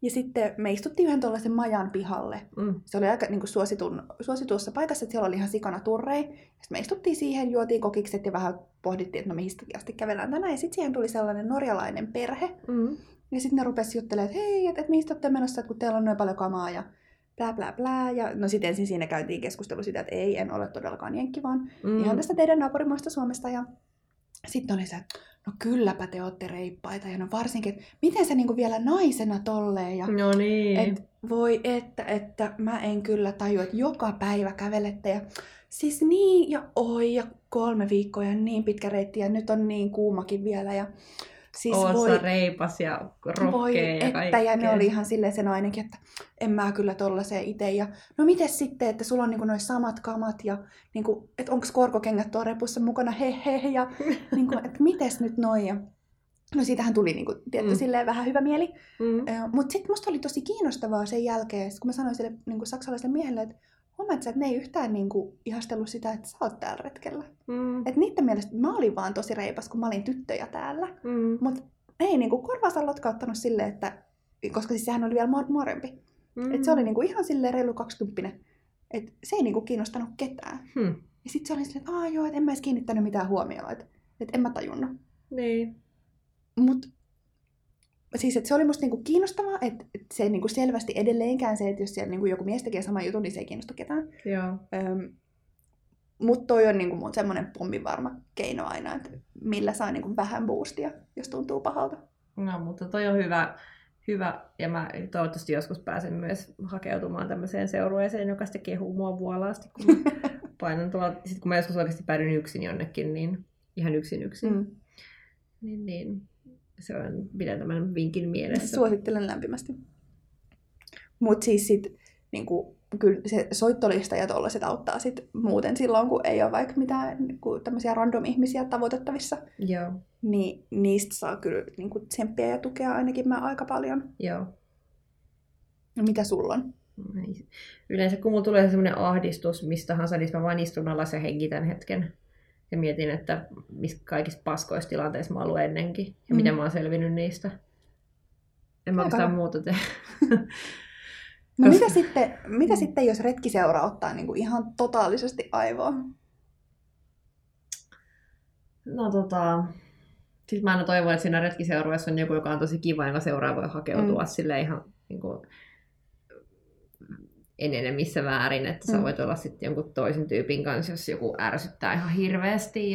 Ja sitten me istuttiin yhden tuollaisen majan pihalle. Se oli aika niin kuin suositussa paikassa, että siellä oli ihan sikana turrei. Sitten me istuttiin siihen, juotiin kokikset ja vähän pohdittiin, että no mihin asti kävelään tänään. Ja sitten siihen tuli sellainen norjalainen perhe. Ja sitten ne rupesi juttelemaan, että hei, että mihin te olette menossa, että kun teillä on noin paljon kamaa ja blää blää blää. Ja no sitten ensin siinä käytiin keskustelu sitä, että ei, en ole todellakaan jenkki, vaan ihan tästä teidän naapurimaasta Suomesta. Ja sitten oli se, että no kylläpä te olette reippaita. Ja no varsinkin, että miten sä niinku vielä naisena tolleen. Ja no niin. et, voi että mä en kyllä tajua, että joka päivä kävelette. Ja siis niin ja oi ja 3 viikkoa ja niin pitkä reitti ja nyt on niin kuumakin vielä. Ja siis Oossa reipas ja rohkea ja kaikkea. Ja ne oli ihan silleen se nainenkin, että en mä kyllä tollaseen itse. Ja no mites sitten, että sulla on niinku noi samat kamat ja niinku, että onko korkokengät tuo repussa mukana, he. Ja niinku, että mites nyt noi. Ja no siitähän tuli niinku, tietty silleen vähän hyvä mieli. Mutta sitten musta oli tosi kiinnostavaa sen jälkeen, kun mä sanoin sille niinku, saksalaiselle miehelle, että huomaat sä, että ne ei yhtään niinku, ihastellut sitä, että sä oot täällä retkellä. Että niiden mielestä mä olin vaan tosi reipas, kun mä olin tyttöjä täällä. Mutta ei niinku, korvaansa lotkauttanut silleen, että, koska siis sehän oli vielä nuorempi. Että se oli niinku, ihan silleen reilu 20. Että se ei niinku, kiinnostanut ketään. Ja sitten se oli silleen, että joo, et en mä edes kiinnittänyt mitään huomioon, että en mä tajunnut. Niin. Mut siis, että se oli musta niinku kiinnostavaa, että se ei niinku selvästi edelleenkään se, että jos siellä niinku joku mies tekee saman jutun, niin se ei kiinnosta ketään. Joo. Mutta toi on niinku mun semmonen pomminvarma keino aina, että millä saa niinku vähän boostia, jos tuntuu pahalta. No, mutta toi on hyvä. Ja mä toivottavasti joskus pääsen myös hakeutumaan tämmöiseen seurueeseen, joka sitten kehuu mua vuolaasti, kun mä painan tuolla. Sitten kun mä joskus oikeasti päädyin yksin jonnekin, niin ihan yksin. Niin. Se on, pidän tämän vinkin mielessä. Suosittelen lämpimästi. Mutta siis sit, niinku, kyllä se soittolista ja tollaset auttaa sit muuten silloin, kun ei ole vaikka mitään niinku, tämmöisiä random ihmisiä tavoitettavissa. Joo. Niin niistä saa kyllä niinku, tsemppiä ja tukea ainakin mä aika paljon. Joo. No mitä sulla on? Yleensä kun mulla tulee semmoinen ahdistus mistä tahansa, niin mä vaan istun alas ja hengitän hetken. Ja mietin, että mistä kaikista paskoista tilanteissa mä oon ollut ennenkin. Ja miten mä oon selvinnyt niistä. En mä oikeastaan muuta tee. No mitä sitten, jos retkiseura ottaa niinku ihan totaalisesti aivoon? No siis mä aina toivon, että siinä retkiseurueessa on joku, joka on tosi kiva, jonka seuraa voi hakeutua sille ihan niinku enemissä väärin, että sä voit olla sitten jonkun toisen tyypin kanssa, jos joku ärsyttää ihan hirveästi.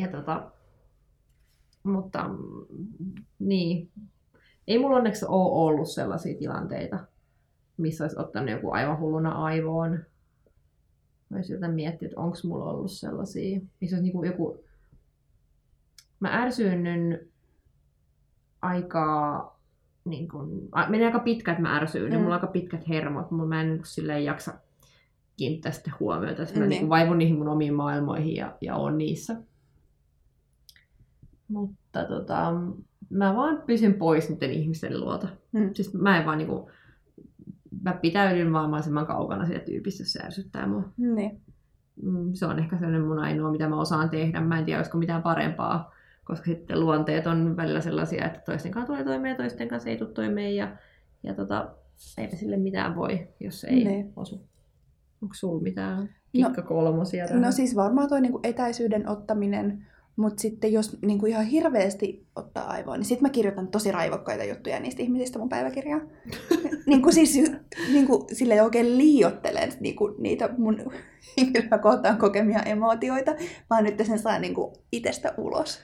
Mutta niin, ei mulla onneksi ole ollut sellaisia tilanteita, missä olisi ottanut joku aivan hulluna aivoon. Mä olisin jotain miettiä, että onko mulla ollut sellaisia, missä olisi niinku joku. Mä ärsynnyn aika. Niin kun, menee aika pitkä, että mä ärsyin, niin mulla on aika pitkät hermot, mä en niin silleen jaksa kiinnittää sitten huomiota, että mä niin vaivun niihin mun omiin maailmoihin ja on niissä. Mutta mä vaan pysyn pois niiden ihmisten luota. Siis mä en vaan niinku, mä pitäydyn vaan mahdollisimman kaukana siitä tyypistä, jos se ärsyttää mua. Se on ehkä sellainen mun ainoa, mitä mä osaan tehdä. Mä en tiedä, olisiko mitään parempaa. Koska sitten luonteet on välillä sellaisia, että toisten kanssa tulee toimeen ja toisten kanssa ei tule toimeen. Ja eipä sille mitään voi, jos ei osu. Onko sulla mitään kikkakolmosia tähän? No siis varmaan toi niinku etäisyyden ottaminen, mutta sitten jos niinku ihan hirveästi ottaa aivoon, niin sitten mä kirjoitan tosi raivokkaita juttuja niistä ihmisistä mun päiväkirjaan. Niinku siis niinku silleen oikein liioittelen niinku niitä mun henkilökohtaan kokemia emootioita, vaan nyt sen saa niinku itsestä ulos.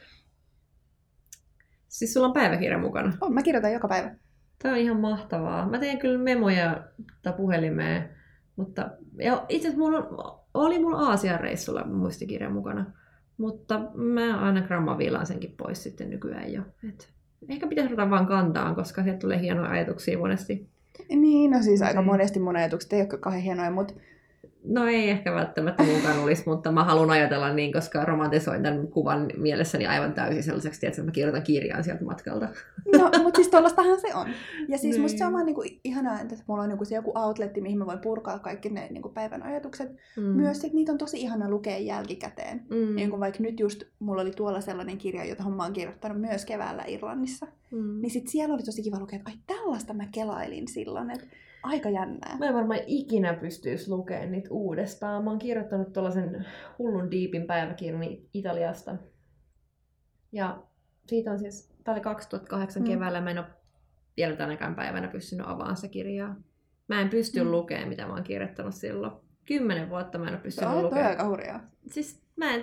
Siis sulla on päiväkirja mukana? Mä kirjoitan joka päivä. Tämä on ihan mahtavaa. Mä teen kyllä memoja puhelimeen, mutta itse asiassa oli mulla Aasian reissulla muistikirja mukana, mutta mä aina grammaviilaan senkin pois sitten nykyään jo. Ehkä pitäisi ruveta vaan kantaan, koska sieltä tulee hienoja ajatuksia monesti. Niin, no siis aika monesti mun ajatukset ei ole kauhean hienoja, mutta No ei ehkä välttämättä munkaan olisi, mutta mä haluan ajatella niin, koska romantisoin tämän kuvan mielessäni aivan täysin sellaiseksi, että mä kirjoitan kirjaan sieltä matkalta. No, mutta siis tollastahan se on. Ja siis niin. musta se on vaan niinku ihanaa, että mulla on niinku se joku outletti, mihin mä voin purkaa kaikki ne niinku päivän ajatukset. Myös sit niitä on tosi ihana lukea jälkikäteen. Niin kuin vaikka nyt just mulla oli tuolla sellainen kirja, jota mä oon kirjoittanut myös keväällä Irlannissa. Niin sit siellä oli tosi kiva lukea, että ai tällaista mä kelailin silloin, että aika jännää. Mä en varmaan ikinä pystyisi lukemaan niitä uudestaan. Mä oon kirjoittanut tuollaisen hullun diipin päiväkirjan Italiasta. Ja siitä on siis, tää oli 2008 keväällä, mä en ole vielä tänäkään päivänä pystynyt avaamaan sitä kirjaa. Mä en pysty lukemaan, mitä mä oon kirjoittanut silloin. 10 vuotta mä en ole pystynyt lukemaan. Toi on aika hurjaa. Siis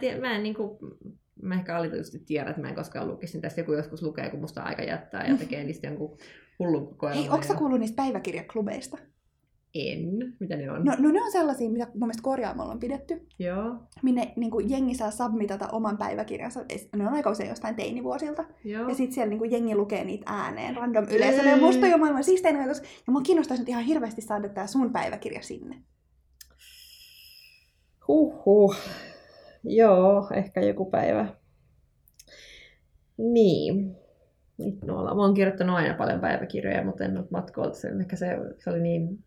mä ehkä alituisesti tiedän, että mä en koskaan lukisin tästä. Joku joskus lukee, kun musta aika jättää ja tekee niistä jonkun hullun kokoelman. Hei, onko sä kuullut niistä päiväkirjaklubeista? En. Mitä ne on? No ne on sellaisia, mitä mun mielestä korjaamolla on pidetty. Joo. Minne niin jengi saa submitata oman päiväkirjansa. Ne on aika usein jostain teinivuosilta. Joo. Ja sit siellä niin jengi lukee niitä ääneen random yleisölle. Ja musta on jo maailman siistein ajatus. Ja mua kiinnostaisi nyt ihan hirveästi saada tää sun päiväkirja sinne. Huhhuh. Joo, ehkä joku päivä. Niin. Mä oon kirjoittanut aina paljon päiväkirjoja, mutta en ole matkoilta sen. Ehkä se oli niin...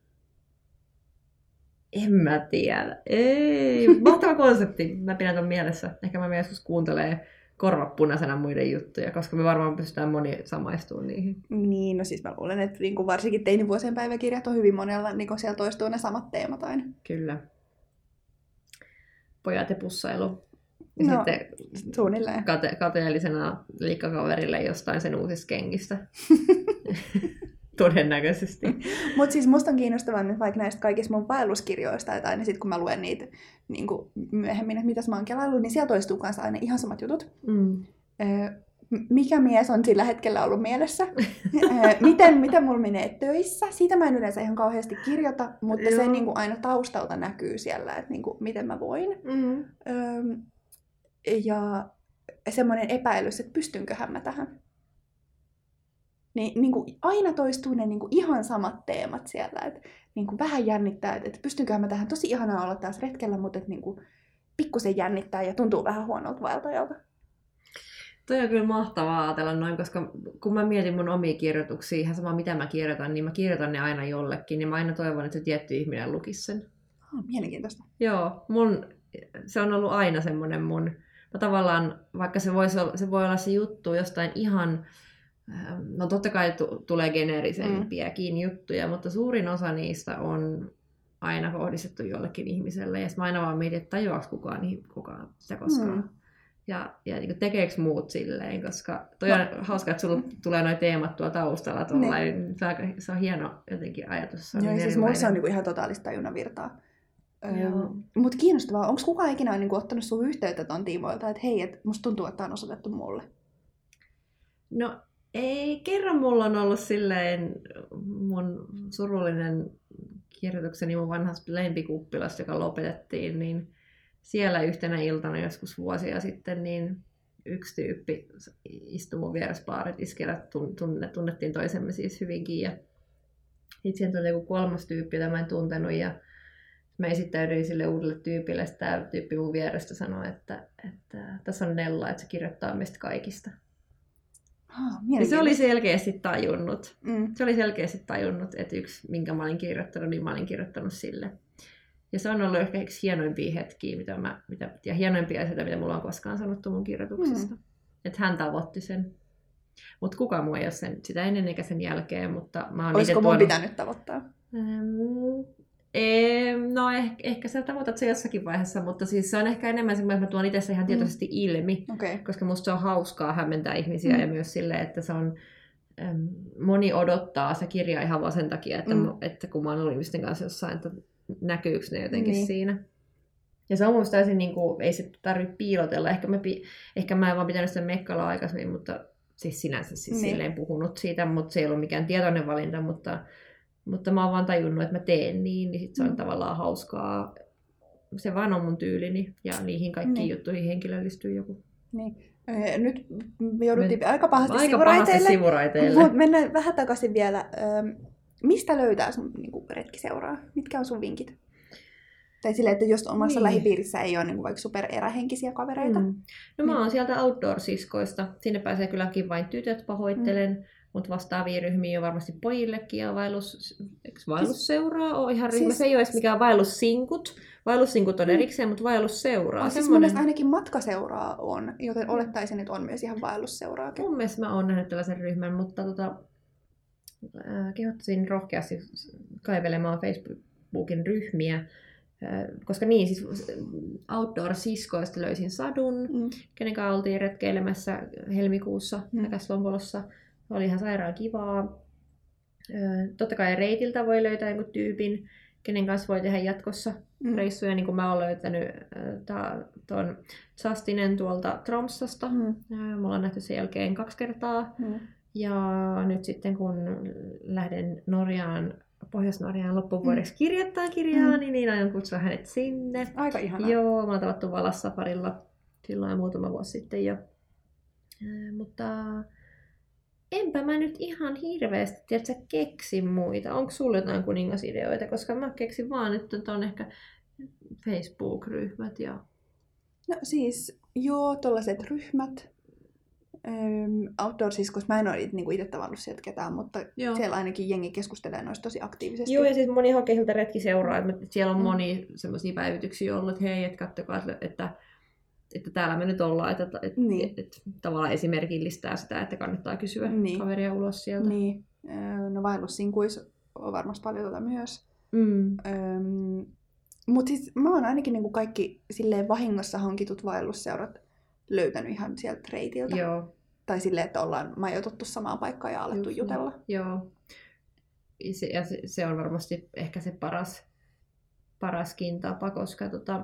En mä tiedä. Ei. Mahtava konsepti. Mä pidän ton mielessä. Ehkä mä joskus kuuntelee korvat punaisena muiden juttuja, koska me varmaan pystytään moni samaistumaan niihin. Niin, no siis mä luulen, että niin varsinkin teinivuosien päiväkirjat on hyvin monella, niin siellä toistuu ne samat teemat aina. Kyllä. Pojat ja pussailu. Ja no, sitten suunnilleen. Kateellisena liikkakaverille jostain sen uusista kengistä. Todennäköisesti. Mutta siis musta on kiinnostavaa nyt vaikka näistä kaikista mun vaelluskirjoista, että aina sit kun mä luen niitä niin myöhemmin, että mitäs mä oon kelaillut, niin siellä toistuu kanssa aina ihan samat jutut. Mikä mies on sillä hetkellä ollut mielessä? Miten mulla menee töissä? Siitä mä en yleensä ihan kauheasti kirjoita, mutta se niin kuin aina taustalta näkyy siellä, että niin kuin, miten mä voin. Ja semmoinen epäilys, että pystynköhän mä tähän. Niin kuin aina toistuu ne niin kuin ihan samat teemat siellä. Että niin kuin vähän jännittää, että pystynköhän mä tähän. Tosi ihanaa olla taas retkellä, mutta että niin kuin pikkusen jännittää ja tuntuu vähän huonolta vaeltajalta. Toi on kyllä mahtavaa ajatella noin, koska kun mä mietin mun omia kirjoituksia, ihan sama mitä mä kirjoitan, niin mä kirjoitan ne aina jollekin. Ja mä aina toivon, että se tietty ihminen lukisi sen. Mielenkiintoista. Joo, se on ollut aina semmoinen mä tavallaan, vaikka se voi olla se juttu jostain ihan, no totta kai tulee geneerisempiäkin juttuja, mutta suurin osa niistä on aina kohdistettu jollekin ihmiselle. Ja mä aina vaan mietin, että tajuaako kukaan sitä koskaan. Ja niin tekeekö muut silleen, koska toi on hauska, että sulla tulee nuo teemat tuolla taustalla. Se on hieno jotenkin ajatus. Joo, siis mulla se on niin ihan totaalista tajunnavirtaa. Mutta kiinnostavaa, onko kukaan ikinä niin ottanut sun yhteyttä ton tiimoilta, että hei, et musta tuntuu, että tää on osoitettu mulle? No ei, kerran mulla on ollut silleen mun surullinen kirjoitukseni mun vanhasta lempikuppilasta, joka lopetettiin, niin siellä yhtenä iltana joskus vuosia sitten niin yksi tyyppi istui mun vieressä baaritiskillä, tunnettiin toisemme siis hyvinkin ja sitten tuli joku kolmas tyyppi, jota mä en tuntenut ja mä esittäydyin sille uudelle tyypille, että tämä tyyppi mun vierestä sanoi, että tässä on Nella, että se kirjoittaa meistä kaikista. Ja se oli selkeästi tajunnut. Se oli selkeästi tajunnut, että yksi, minkä mä olin kirjoittanut, niin mä olin kirjoittanut sille. Ja se on ollut ehkä yksi hienoimpia hetkiä, ja hienoimpia asioita, mitä mulla on koskaan sanottu mun kirjoituksista. Että hän tavoitti sen. Mutta kukaan muu ei ole sitä ennen eikä sen jälkeen. Mutta mä oon olisiko mun pitänyt tavoittaa? No ehkä sä tavoitat se jossakin vaiheessa, mutta siis se on ehkä enemmän semmoinen, että mä tuon itse se ihan tietoisesti ilmi. Koska musta se on hauskaa hämmentää ihmisiä ja myös silleen, että se on... Moni odottaa se kirja ihan vaan sen takia, että kun mä oon ollut ihmisten kanssa jossain, että näkyykö ne jotenkin siinä. Ja se on mun täysin, niin kuin, ei se tarvitse piilotella. Ehkä mä en vaan pitänyt sitä mekkalaa aikaisemmin, mutta siis sinänsä siis silleen puhunut siitä, mutta se ei ollut mikään tietoinen valinta, mutta mä oon vaan tajunnut, että mä teen niin sit se on tavallaan hauskaa. Se vaan on mun tyylini ja niihin kaikkiin juttuihin henkilöllistyy joku. Niin. Nyt me jouduttiin aika pahasti sivuraiteille. Mutta mennään vähän takaisin vielä. Mistä löytää sun retkiseuraa? Mitkä on sun vinkit? Tai silleen, että jos omassa Niin. lähipiirissä ei ole niin kuin vaikka supererähenkisiä kavereita. No mä oon sieltä outdoor-siskoista. Sinne pääsee kylläkin vain tytöt, pahoittelen. Mutta vastaavia ryhmiä on varmasti pojillekin ja vaellusseuraa on ihan ryhmä. Se ei ole edes mikään vaellussinkut. Vaellussinkut on erikseen, mutta vaellusseuraa. Siis mun mielestä ainakin matkaseuraa on, joten olettaisin, että on myös ihan vaellusseuraakin. Mun mielestä mä oon nähnyt tällaisen ryhmän, mutta kehottaisin rohkeasti kaivelemaan Facebookin ryhmiä. Koska niin, siis outdoor-siskoista löysin Sadun, kenen kanssa oltiin retkeilemässä helmikuussa Näkäslompolossa. Oli ihan sairaan kivaa. Totta kai reitiltä voi löytää jonkun tyypin, kenen kanssa voi tehdä jatkossa reissuja, niin kuin mä oon löytänyt tuon Justinen tuolta Tromssasta. Me ollaan nähty sen jälkeen 2 kertaa. Ja nyt sitten kun lähden Pohjois-Norjaan loppuvuodeksi kirjoittaa kirjaa, niin aion kutsua hänet sinne. Aika ihanaa. Joo, me ollaan tavattu Valassafarilla silloin muutama vuosi sitten jo. Mutta enpä mä nyt ihan hirveästi, tiedätkö, keksi muita. Onko sulla jotain kuningasideoita? Koska mä keksin vaan, että on ehkä Facebook-ryhmät ja... No siis, joo, tollaiset ryhmät. Outdoor-siskoissa mä en ole niinku itse tavannut sieltä ketään, mutta siellä ainakin jengi keskustelee noista tosi aktiivisesti. Joo, ja siis moni hakee siltä retkiseuraa, että siellä on moni semmoisia päivityksiä ollut, että hei, et katsokaa, että täällä me nyt ollaan, että tavallaan esimerkillistää sitä, että kannattaa kysyä kaveria ulos sieltä. Niin. No vaellussinkuissa on varmasti paljon myös. Mutta siis mä oon ainakin niinku kaikki silleen vahingossa hankitut vaellusseurat löytänyt ihan sieltä reitiltä. Joo. Tai silleen, että ollaan majoituttu samaan paikkaan ja alettu jutella. Joo. Se on varmasti ehkä se paraskin tapa, koska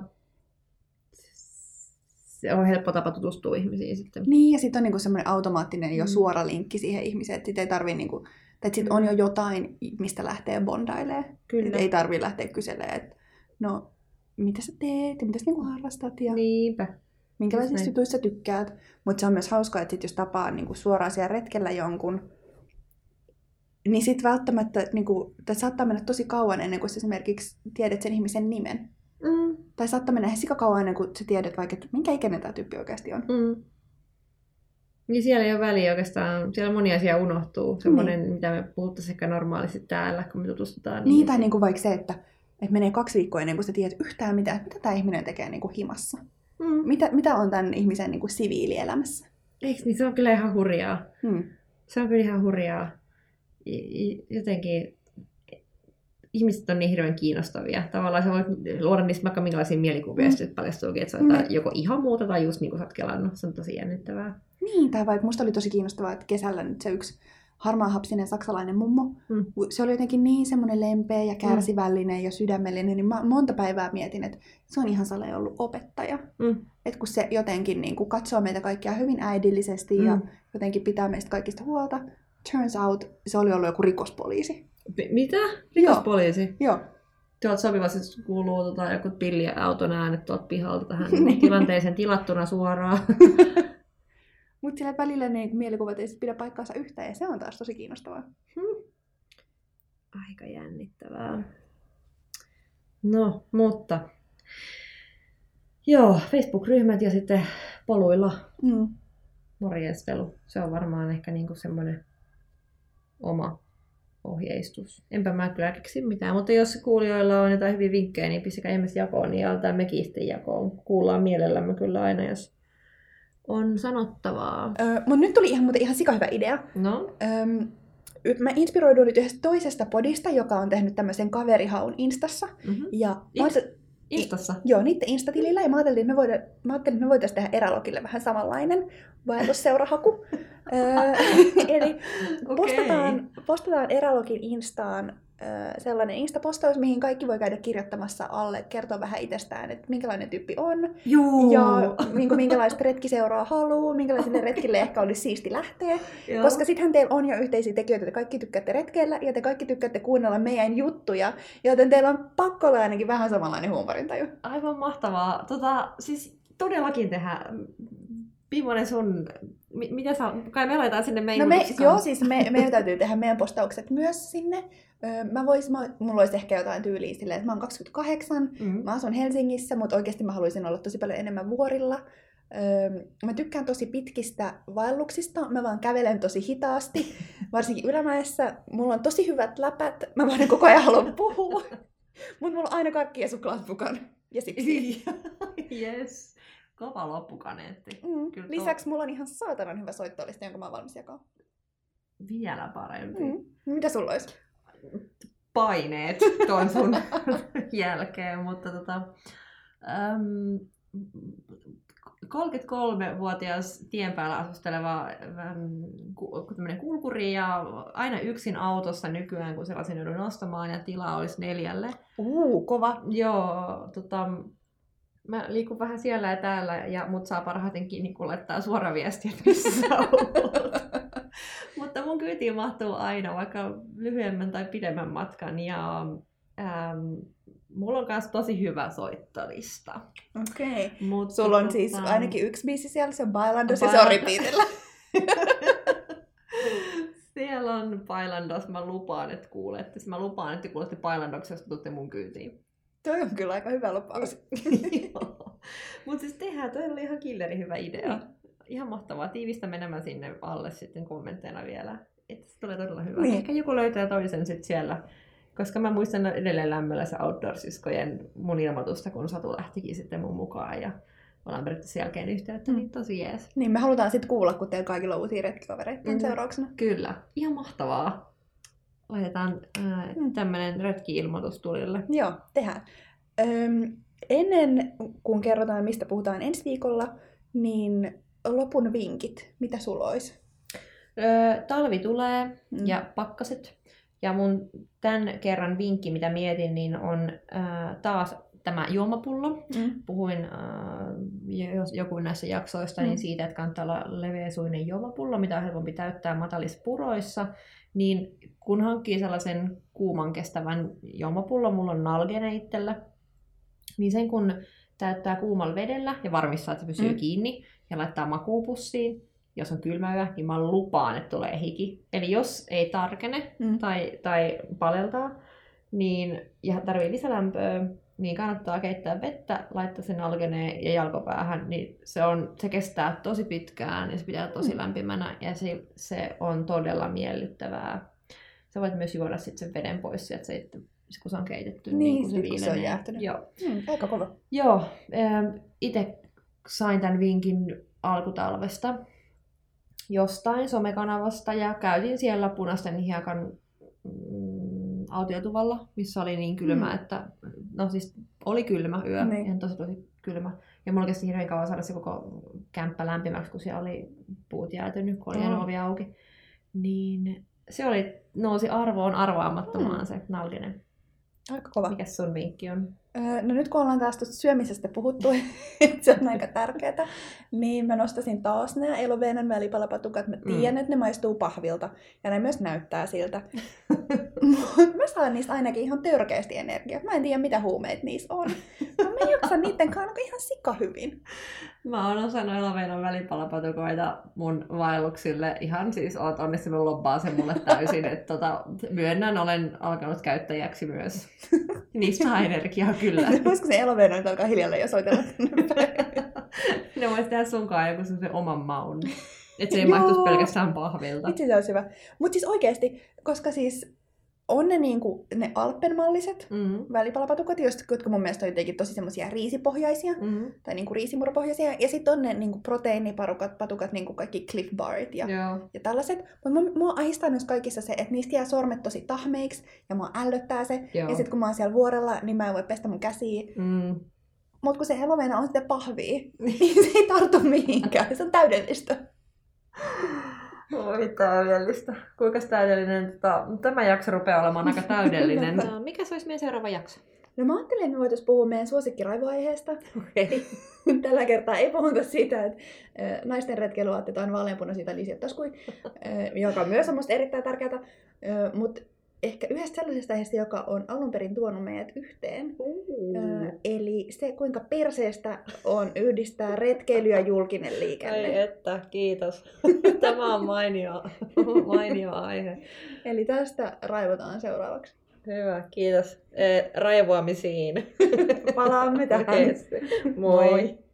se on helppo tapa tutustua ihmisiin sitten. Niin, ja sitten on niinku semmoinen automaattinen jo suora linkki siihen ihmiseen, että sit ei tarvii niinku, tai sit on jo jotain, mistä lähtee bondailemaan. Kyllä. Ei tarvii lähteä kyselemään, että no, mitä sä teet ja mitä sä niinku harrastat ja minkälaisista jutuista tykkäät. Mutta se on myös hauskaa, että sit jos tapaa niinku suoraan siellä retkellä jonkun, niin sit välttämättä, niinku, tai saattaa mennä tosi kauan ennen kuin sä esimerkiksi tiedät sen ihmisen nimen. Tai saattaa mennä ihan sikakauan ennen kuin sä tiedät vaikka, että minkä ikäinen tämä tyyppi oikeasti on. Niin siellä ei ole väliä oikeastaan. Siellä moni asia unohtuu. Semmoinen, mitä me puhuttaisiin ehkä normaalisti täällä, kun me tutustutaan. Niin, tai niinku vaikka se, että menee 2 viikkoa ennen kuin sä tiedät yhtään mitään, että mitä tämä ihminen tekee niinku himassa. Mitä on tämän ihmisen niinku siviilielämässä. Eikö niin? Se on kyllä ihan hurjaa. Se on kyllä ihan hurjaa. Jotenkin ihmiset on niin hirveän kiinnostavia. Tavallaan sä voit luoda niistä vaikka minkälaisia mielikuvia, ja sitten paljastuukin, että se on joko ihan muuta tai just niin kuin sä oot kelannut. Se on tosi jännittävää. Niin, tai vaikka musta oli tosi kiinnostavaa, että kesällä nyt se yksi harmaahapsinen saksalainen mummo, se oli jotenkin niin semmoinen lempeä ja kärsivällinen ja sydämellinen, niin mä monta päivää mietin, että se on ihan saleen ollut opettaja. Että kun se jotenkin niin kun katsoo meitä kaikkia hyvin äidillisesti ja jotenkin pitää meistä kaikista huolta, turns out se oli ollut joku rikospoliisi. Mitä? Rikospoliisi? Joo. Tuolta sopivasti kuuluu joku pilliauton äänet tuolta pihalta tähän tilanteeseen tilattuna suoraan. Mutta sillä välillä ne mielikuvat ei pidä paikkaansa yhtään, ja se on taas tosi kiinnostavaa. Aika jännittävää. No, mutta... Joo, Facebook-ryhmät ja sitten poluilla morjestelu. Se on varmaan ehkä niinku semmoinen oma ohjeistus. Enpä mä kyllä keksi mitään, mutta jos kuulijoilla on jotain hyviä vinkkejä, niin pistäkää ihmeessä jakoon, niin aletaan mekin sitten jakoon. Kuullaan mielellämme kyllä aina, jos on sanottavaa. Mutta nyt tuli ihan sikahyvä idea. No? Mä inspiroiduin nyt yhdestä toisesta podista, joka on tehnyt tämmöisen kaverihaun Instassa. Ja Instassa? Joo, niiden Instatilillä. Ja mä ajattelin, että me voitaisiin tehdä Erälogille vähän samanlainen vaellusseurahaku. Eli postataan Erälogin Instaan sellainen Insta-postaus, mihin kaikki voi käydä kirjoittamassa alle, kertoa vähän itsestään, että minkälainen tyyppi on. Juu. Ja minkälaista retkiseuraa haluaa, minkälaisille retkille ehkä olisi siisti lähteä. Koska sittenhän teillä on jo yhteisiä tekijöitä, te kaikki tykkäätte retkeillä ja te kaikki tykkäätte kuunnella meidän juttuja, joten teillä on pakko olla ainakin vähän samanlainen huumorintaju. Aivan mahtavaa. Siis todellakin tehdä. Millainen sun Kai me laitetaan sinne meidän joo, siis meidän täytyy tehdä meidän postaukset myös sinne. Mulla olisi ehkä jotain tyyliä silleen, että mä oon 28, mä asun Helsingissä, mutta oikeasti mä haluaisin olla tosi paljon enemmän vuorilla. Mä tykkään tosi pitkistä vaelluksista, mä vaan kävelen tosi hitaasti, varsinkin Ylämäessä. Mulla on tosi hyvät läpät, mä vaan koko ajan haluan puhua, mutta mulla on aina karkki ja suklaat mukana. Ja siksi. Yes. Kova loppukaneetti. Lisäksi mulla on ihan saatanan hyvä soittolista, jonka mä oon valmis jakaa. Vielä parempi. Mitä sulla olisi? Paineet ton sun jälkeen, mutta 33-vuotias tien päällä asusteleva kulkuri ja aina yksin autossa nykyään, kun sellaisen joudun nostamaan ja tilaa olisi 4. Kova. Joo, mä liikun vähän siellä ja täällä, ja mut saa parhaiten kiinni, kun laittaa suoraviestiä, että missä olet. Mutta mun kyytiin mahtuu aina vaikka lyhyemmän tai pidemmän matkan, ja mulla on myös tosi hyvä soittolista. Okei. Sulla on siis ainakin yksi biisi siellä, se on Bailandos ja se on repeatillä. Siellä on Bailandos, mä lupaan, että kuulette. Mä lupaan, että kuulette Bailandoksesta, jos tuutte mun kyytiin. Toi on kyllä aika hyvä lupaus. Mutta siis tehdään, toi oli ihan killeri hyvä idea. Ihan mahtavaa. Tiivistä menemään sinne alle sitten kommentteina vielä. Että se tulee todella hyvä. Ehkä joku löytää toisen sitten siellä. Koska mä muistan edelleen lämmöllä se Outdoor-siskojen mun ilmoitusta, kun Satu lähtikin sitten mun mukaan. Ja ollaan peritty sen jälkeen yhteyttä, niin tosi jees. Niin, me halutaan sitten kuulla, kun teillä kaikilla on uusia retkikavereita seurauksena. Kyllä. Ihan mahtavaa. Laitetaan tämmönen retki-ilmoitus tulille. Joo, tehdään. Ennen kuin kerrotaan, mistä puhutaan ensi viikolla, niin lopun vinkit. Mitä sulla olisi? Talvi tulee ja pakkaset. Ja mun tämän kerran vinkki, mitä mietin, niin on taas tämä juomapullo. Puhuin joku näissä jaksoista niin siitä, että kannattaa olla leveäsuinen juomapullo, mitä on helpompi täyttää matalissa puroissa. Niin kun hankkii sellaisen kuuman kestävän juomapullon, mulla on Nalgene itsellä, niin sen kun täyttää kuumalla vedellä ja varmistaa, että se pysyy kiinni ja laittaa makuupussiin, jos on kylmä yö, niin mä lupaan, että tulee hiki. Eli jos ei tarkene tai paleltaa niin, ja tarvii lisälämpöä, niin kannattaa keittää vettä, laittaa sen Nalgeneen ja jalkopäähän, niin se kestää tosi pitkään ja se pitää tosi lämpimänä ja se on todella miellyttävää. Sä voit myös juoda sitten sen veden pois, että kun se on keitetty, niin kun se viilenee. Se on jäähtynyt. Joo. Aika kova. Joo, itse sain tämän vinkin alkutalvesta jostain somekanavasta ja käytin siellä Punaisten hiekan autiotuvalla, missä oli niin kylmä, että no siis oli kylmä yö, ihan tosi kylmä. Ja mulla kesti hirveän kauan saada se koko kämppä lämpimäksi, kun siellä oli puut jäätynyt, kun oli jäänyt ovi auki. Niin se nousi arvoon arvaamattomaan se Nalgene. Aika kova. Mikäs sun vinkki on? No nyt kun ollaan taas tuosta syömisestä puhuttu, että se on aika tärkeää, niin mä nostasin taas nämä Elovenen välipalapatukat. Mä tiedän, että ne maistuu pahvilta ja ne myös näyttää siltä. Mutta mä saan niistä ainakin ihan törkeästi energiaa. Mä en tiedä, mitä huumeita niissä on. Mä jaksan niiden kanssa ihan sika hyvin. Mä oon osannut Elovenan välipalapatukoita mun vaelluksille. Ihan siis oot onnistunut lobbaa sen mulle täysin. Että myönnän, olen alkanut käyttäjäksi myös. Niistä saa energiaa kyllä. Voisiko se Elovena nyt alkaa hiljalleen jo soitella? Ne vois tehdä sunkaan joku sen oman maun. Että se ei maistus pelkästään pahvilta. Itse se olisi hyvä. Mutta siis oikeesti, koska siis on ne, niinku, ne Alpen-malliset välipalapatukat, jotka mun mielestä on jotenkin tosi semmosia riisipohjaisia, tai niinku riisimuropohjaisia, ja sitten on ne niinku proteiinipatukat, niinku kaikki Cliff Barit ja tällaiset. Mutta mua ahistaa myös kaikissa se, että niistä jää sormet tosi tahmeiksi, ja mua ällöttää se, ja sitten kun mä oon siellä vuorella, niin mä en voi pestä mun käsiä. Mutta kun se Elovena on sitten pahvia, niin se ei tartu mihinkään, se on täydellistä. Oi täydellistä. Kuinka täydellinen? Tämä jakso rupeaa olemaan aika täydellinen. Mikä se olisi meidän seuraava jakso? No mä ajattelin, että me voitaisiin puhua meidän suosikkiraivoaiheesta. Okay. Tällä kertaa ei puhuta siitä, että naisten retkeilyä otetaan vaaleanpunaisia tai liisiottaskuja, joka on myös semmoista erittäin tärkeää. Mutta ehkä yhdestä sellaisesta aiheesta, joka on alun perin tuonut meidät yhteen. Eli Eli se, kuinka perseestä on yhdistää retkeily ja julkinen liikenne. Ai että, kiitos. Tämä on mainio aihe. Eli tästä raivotaan seuraavaksi. Hyvä, kiitos. Raivoamisiin. Palaamme tähän. Moi.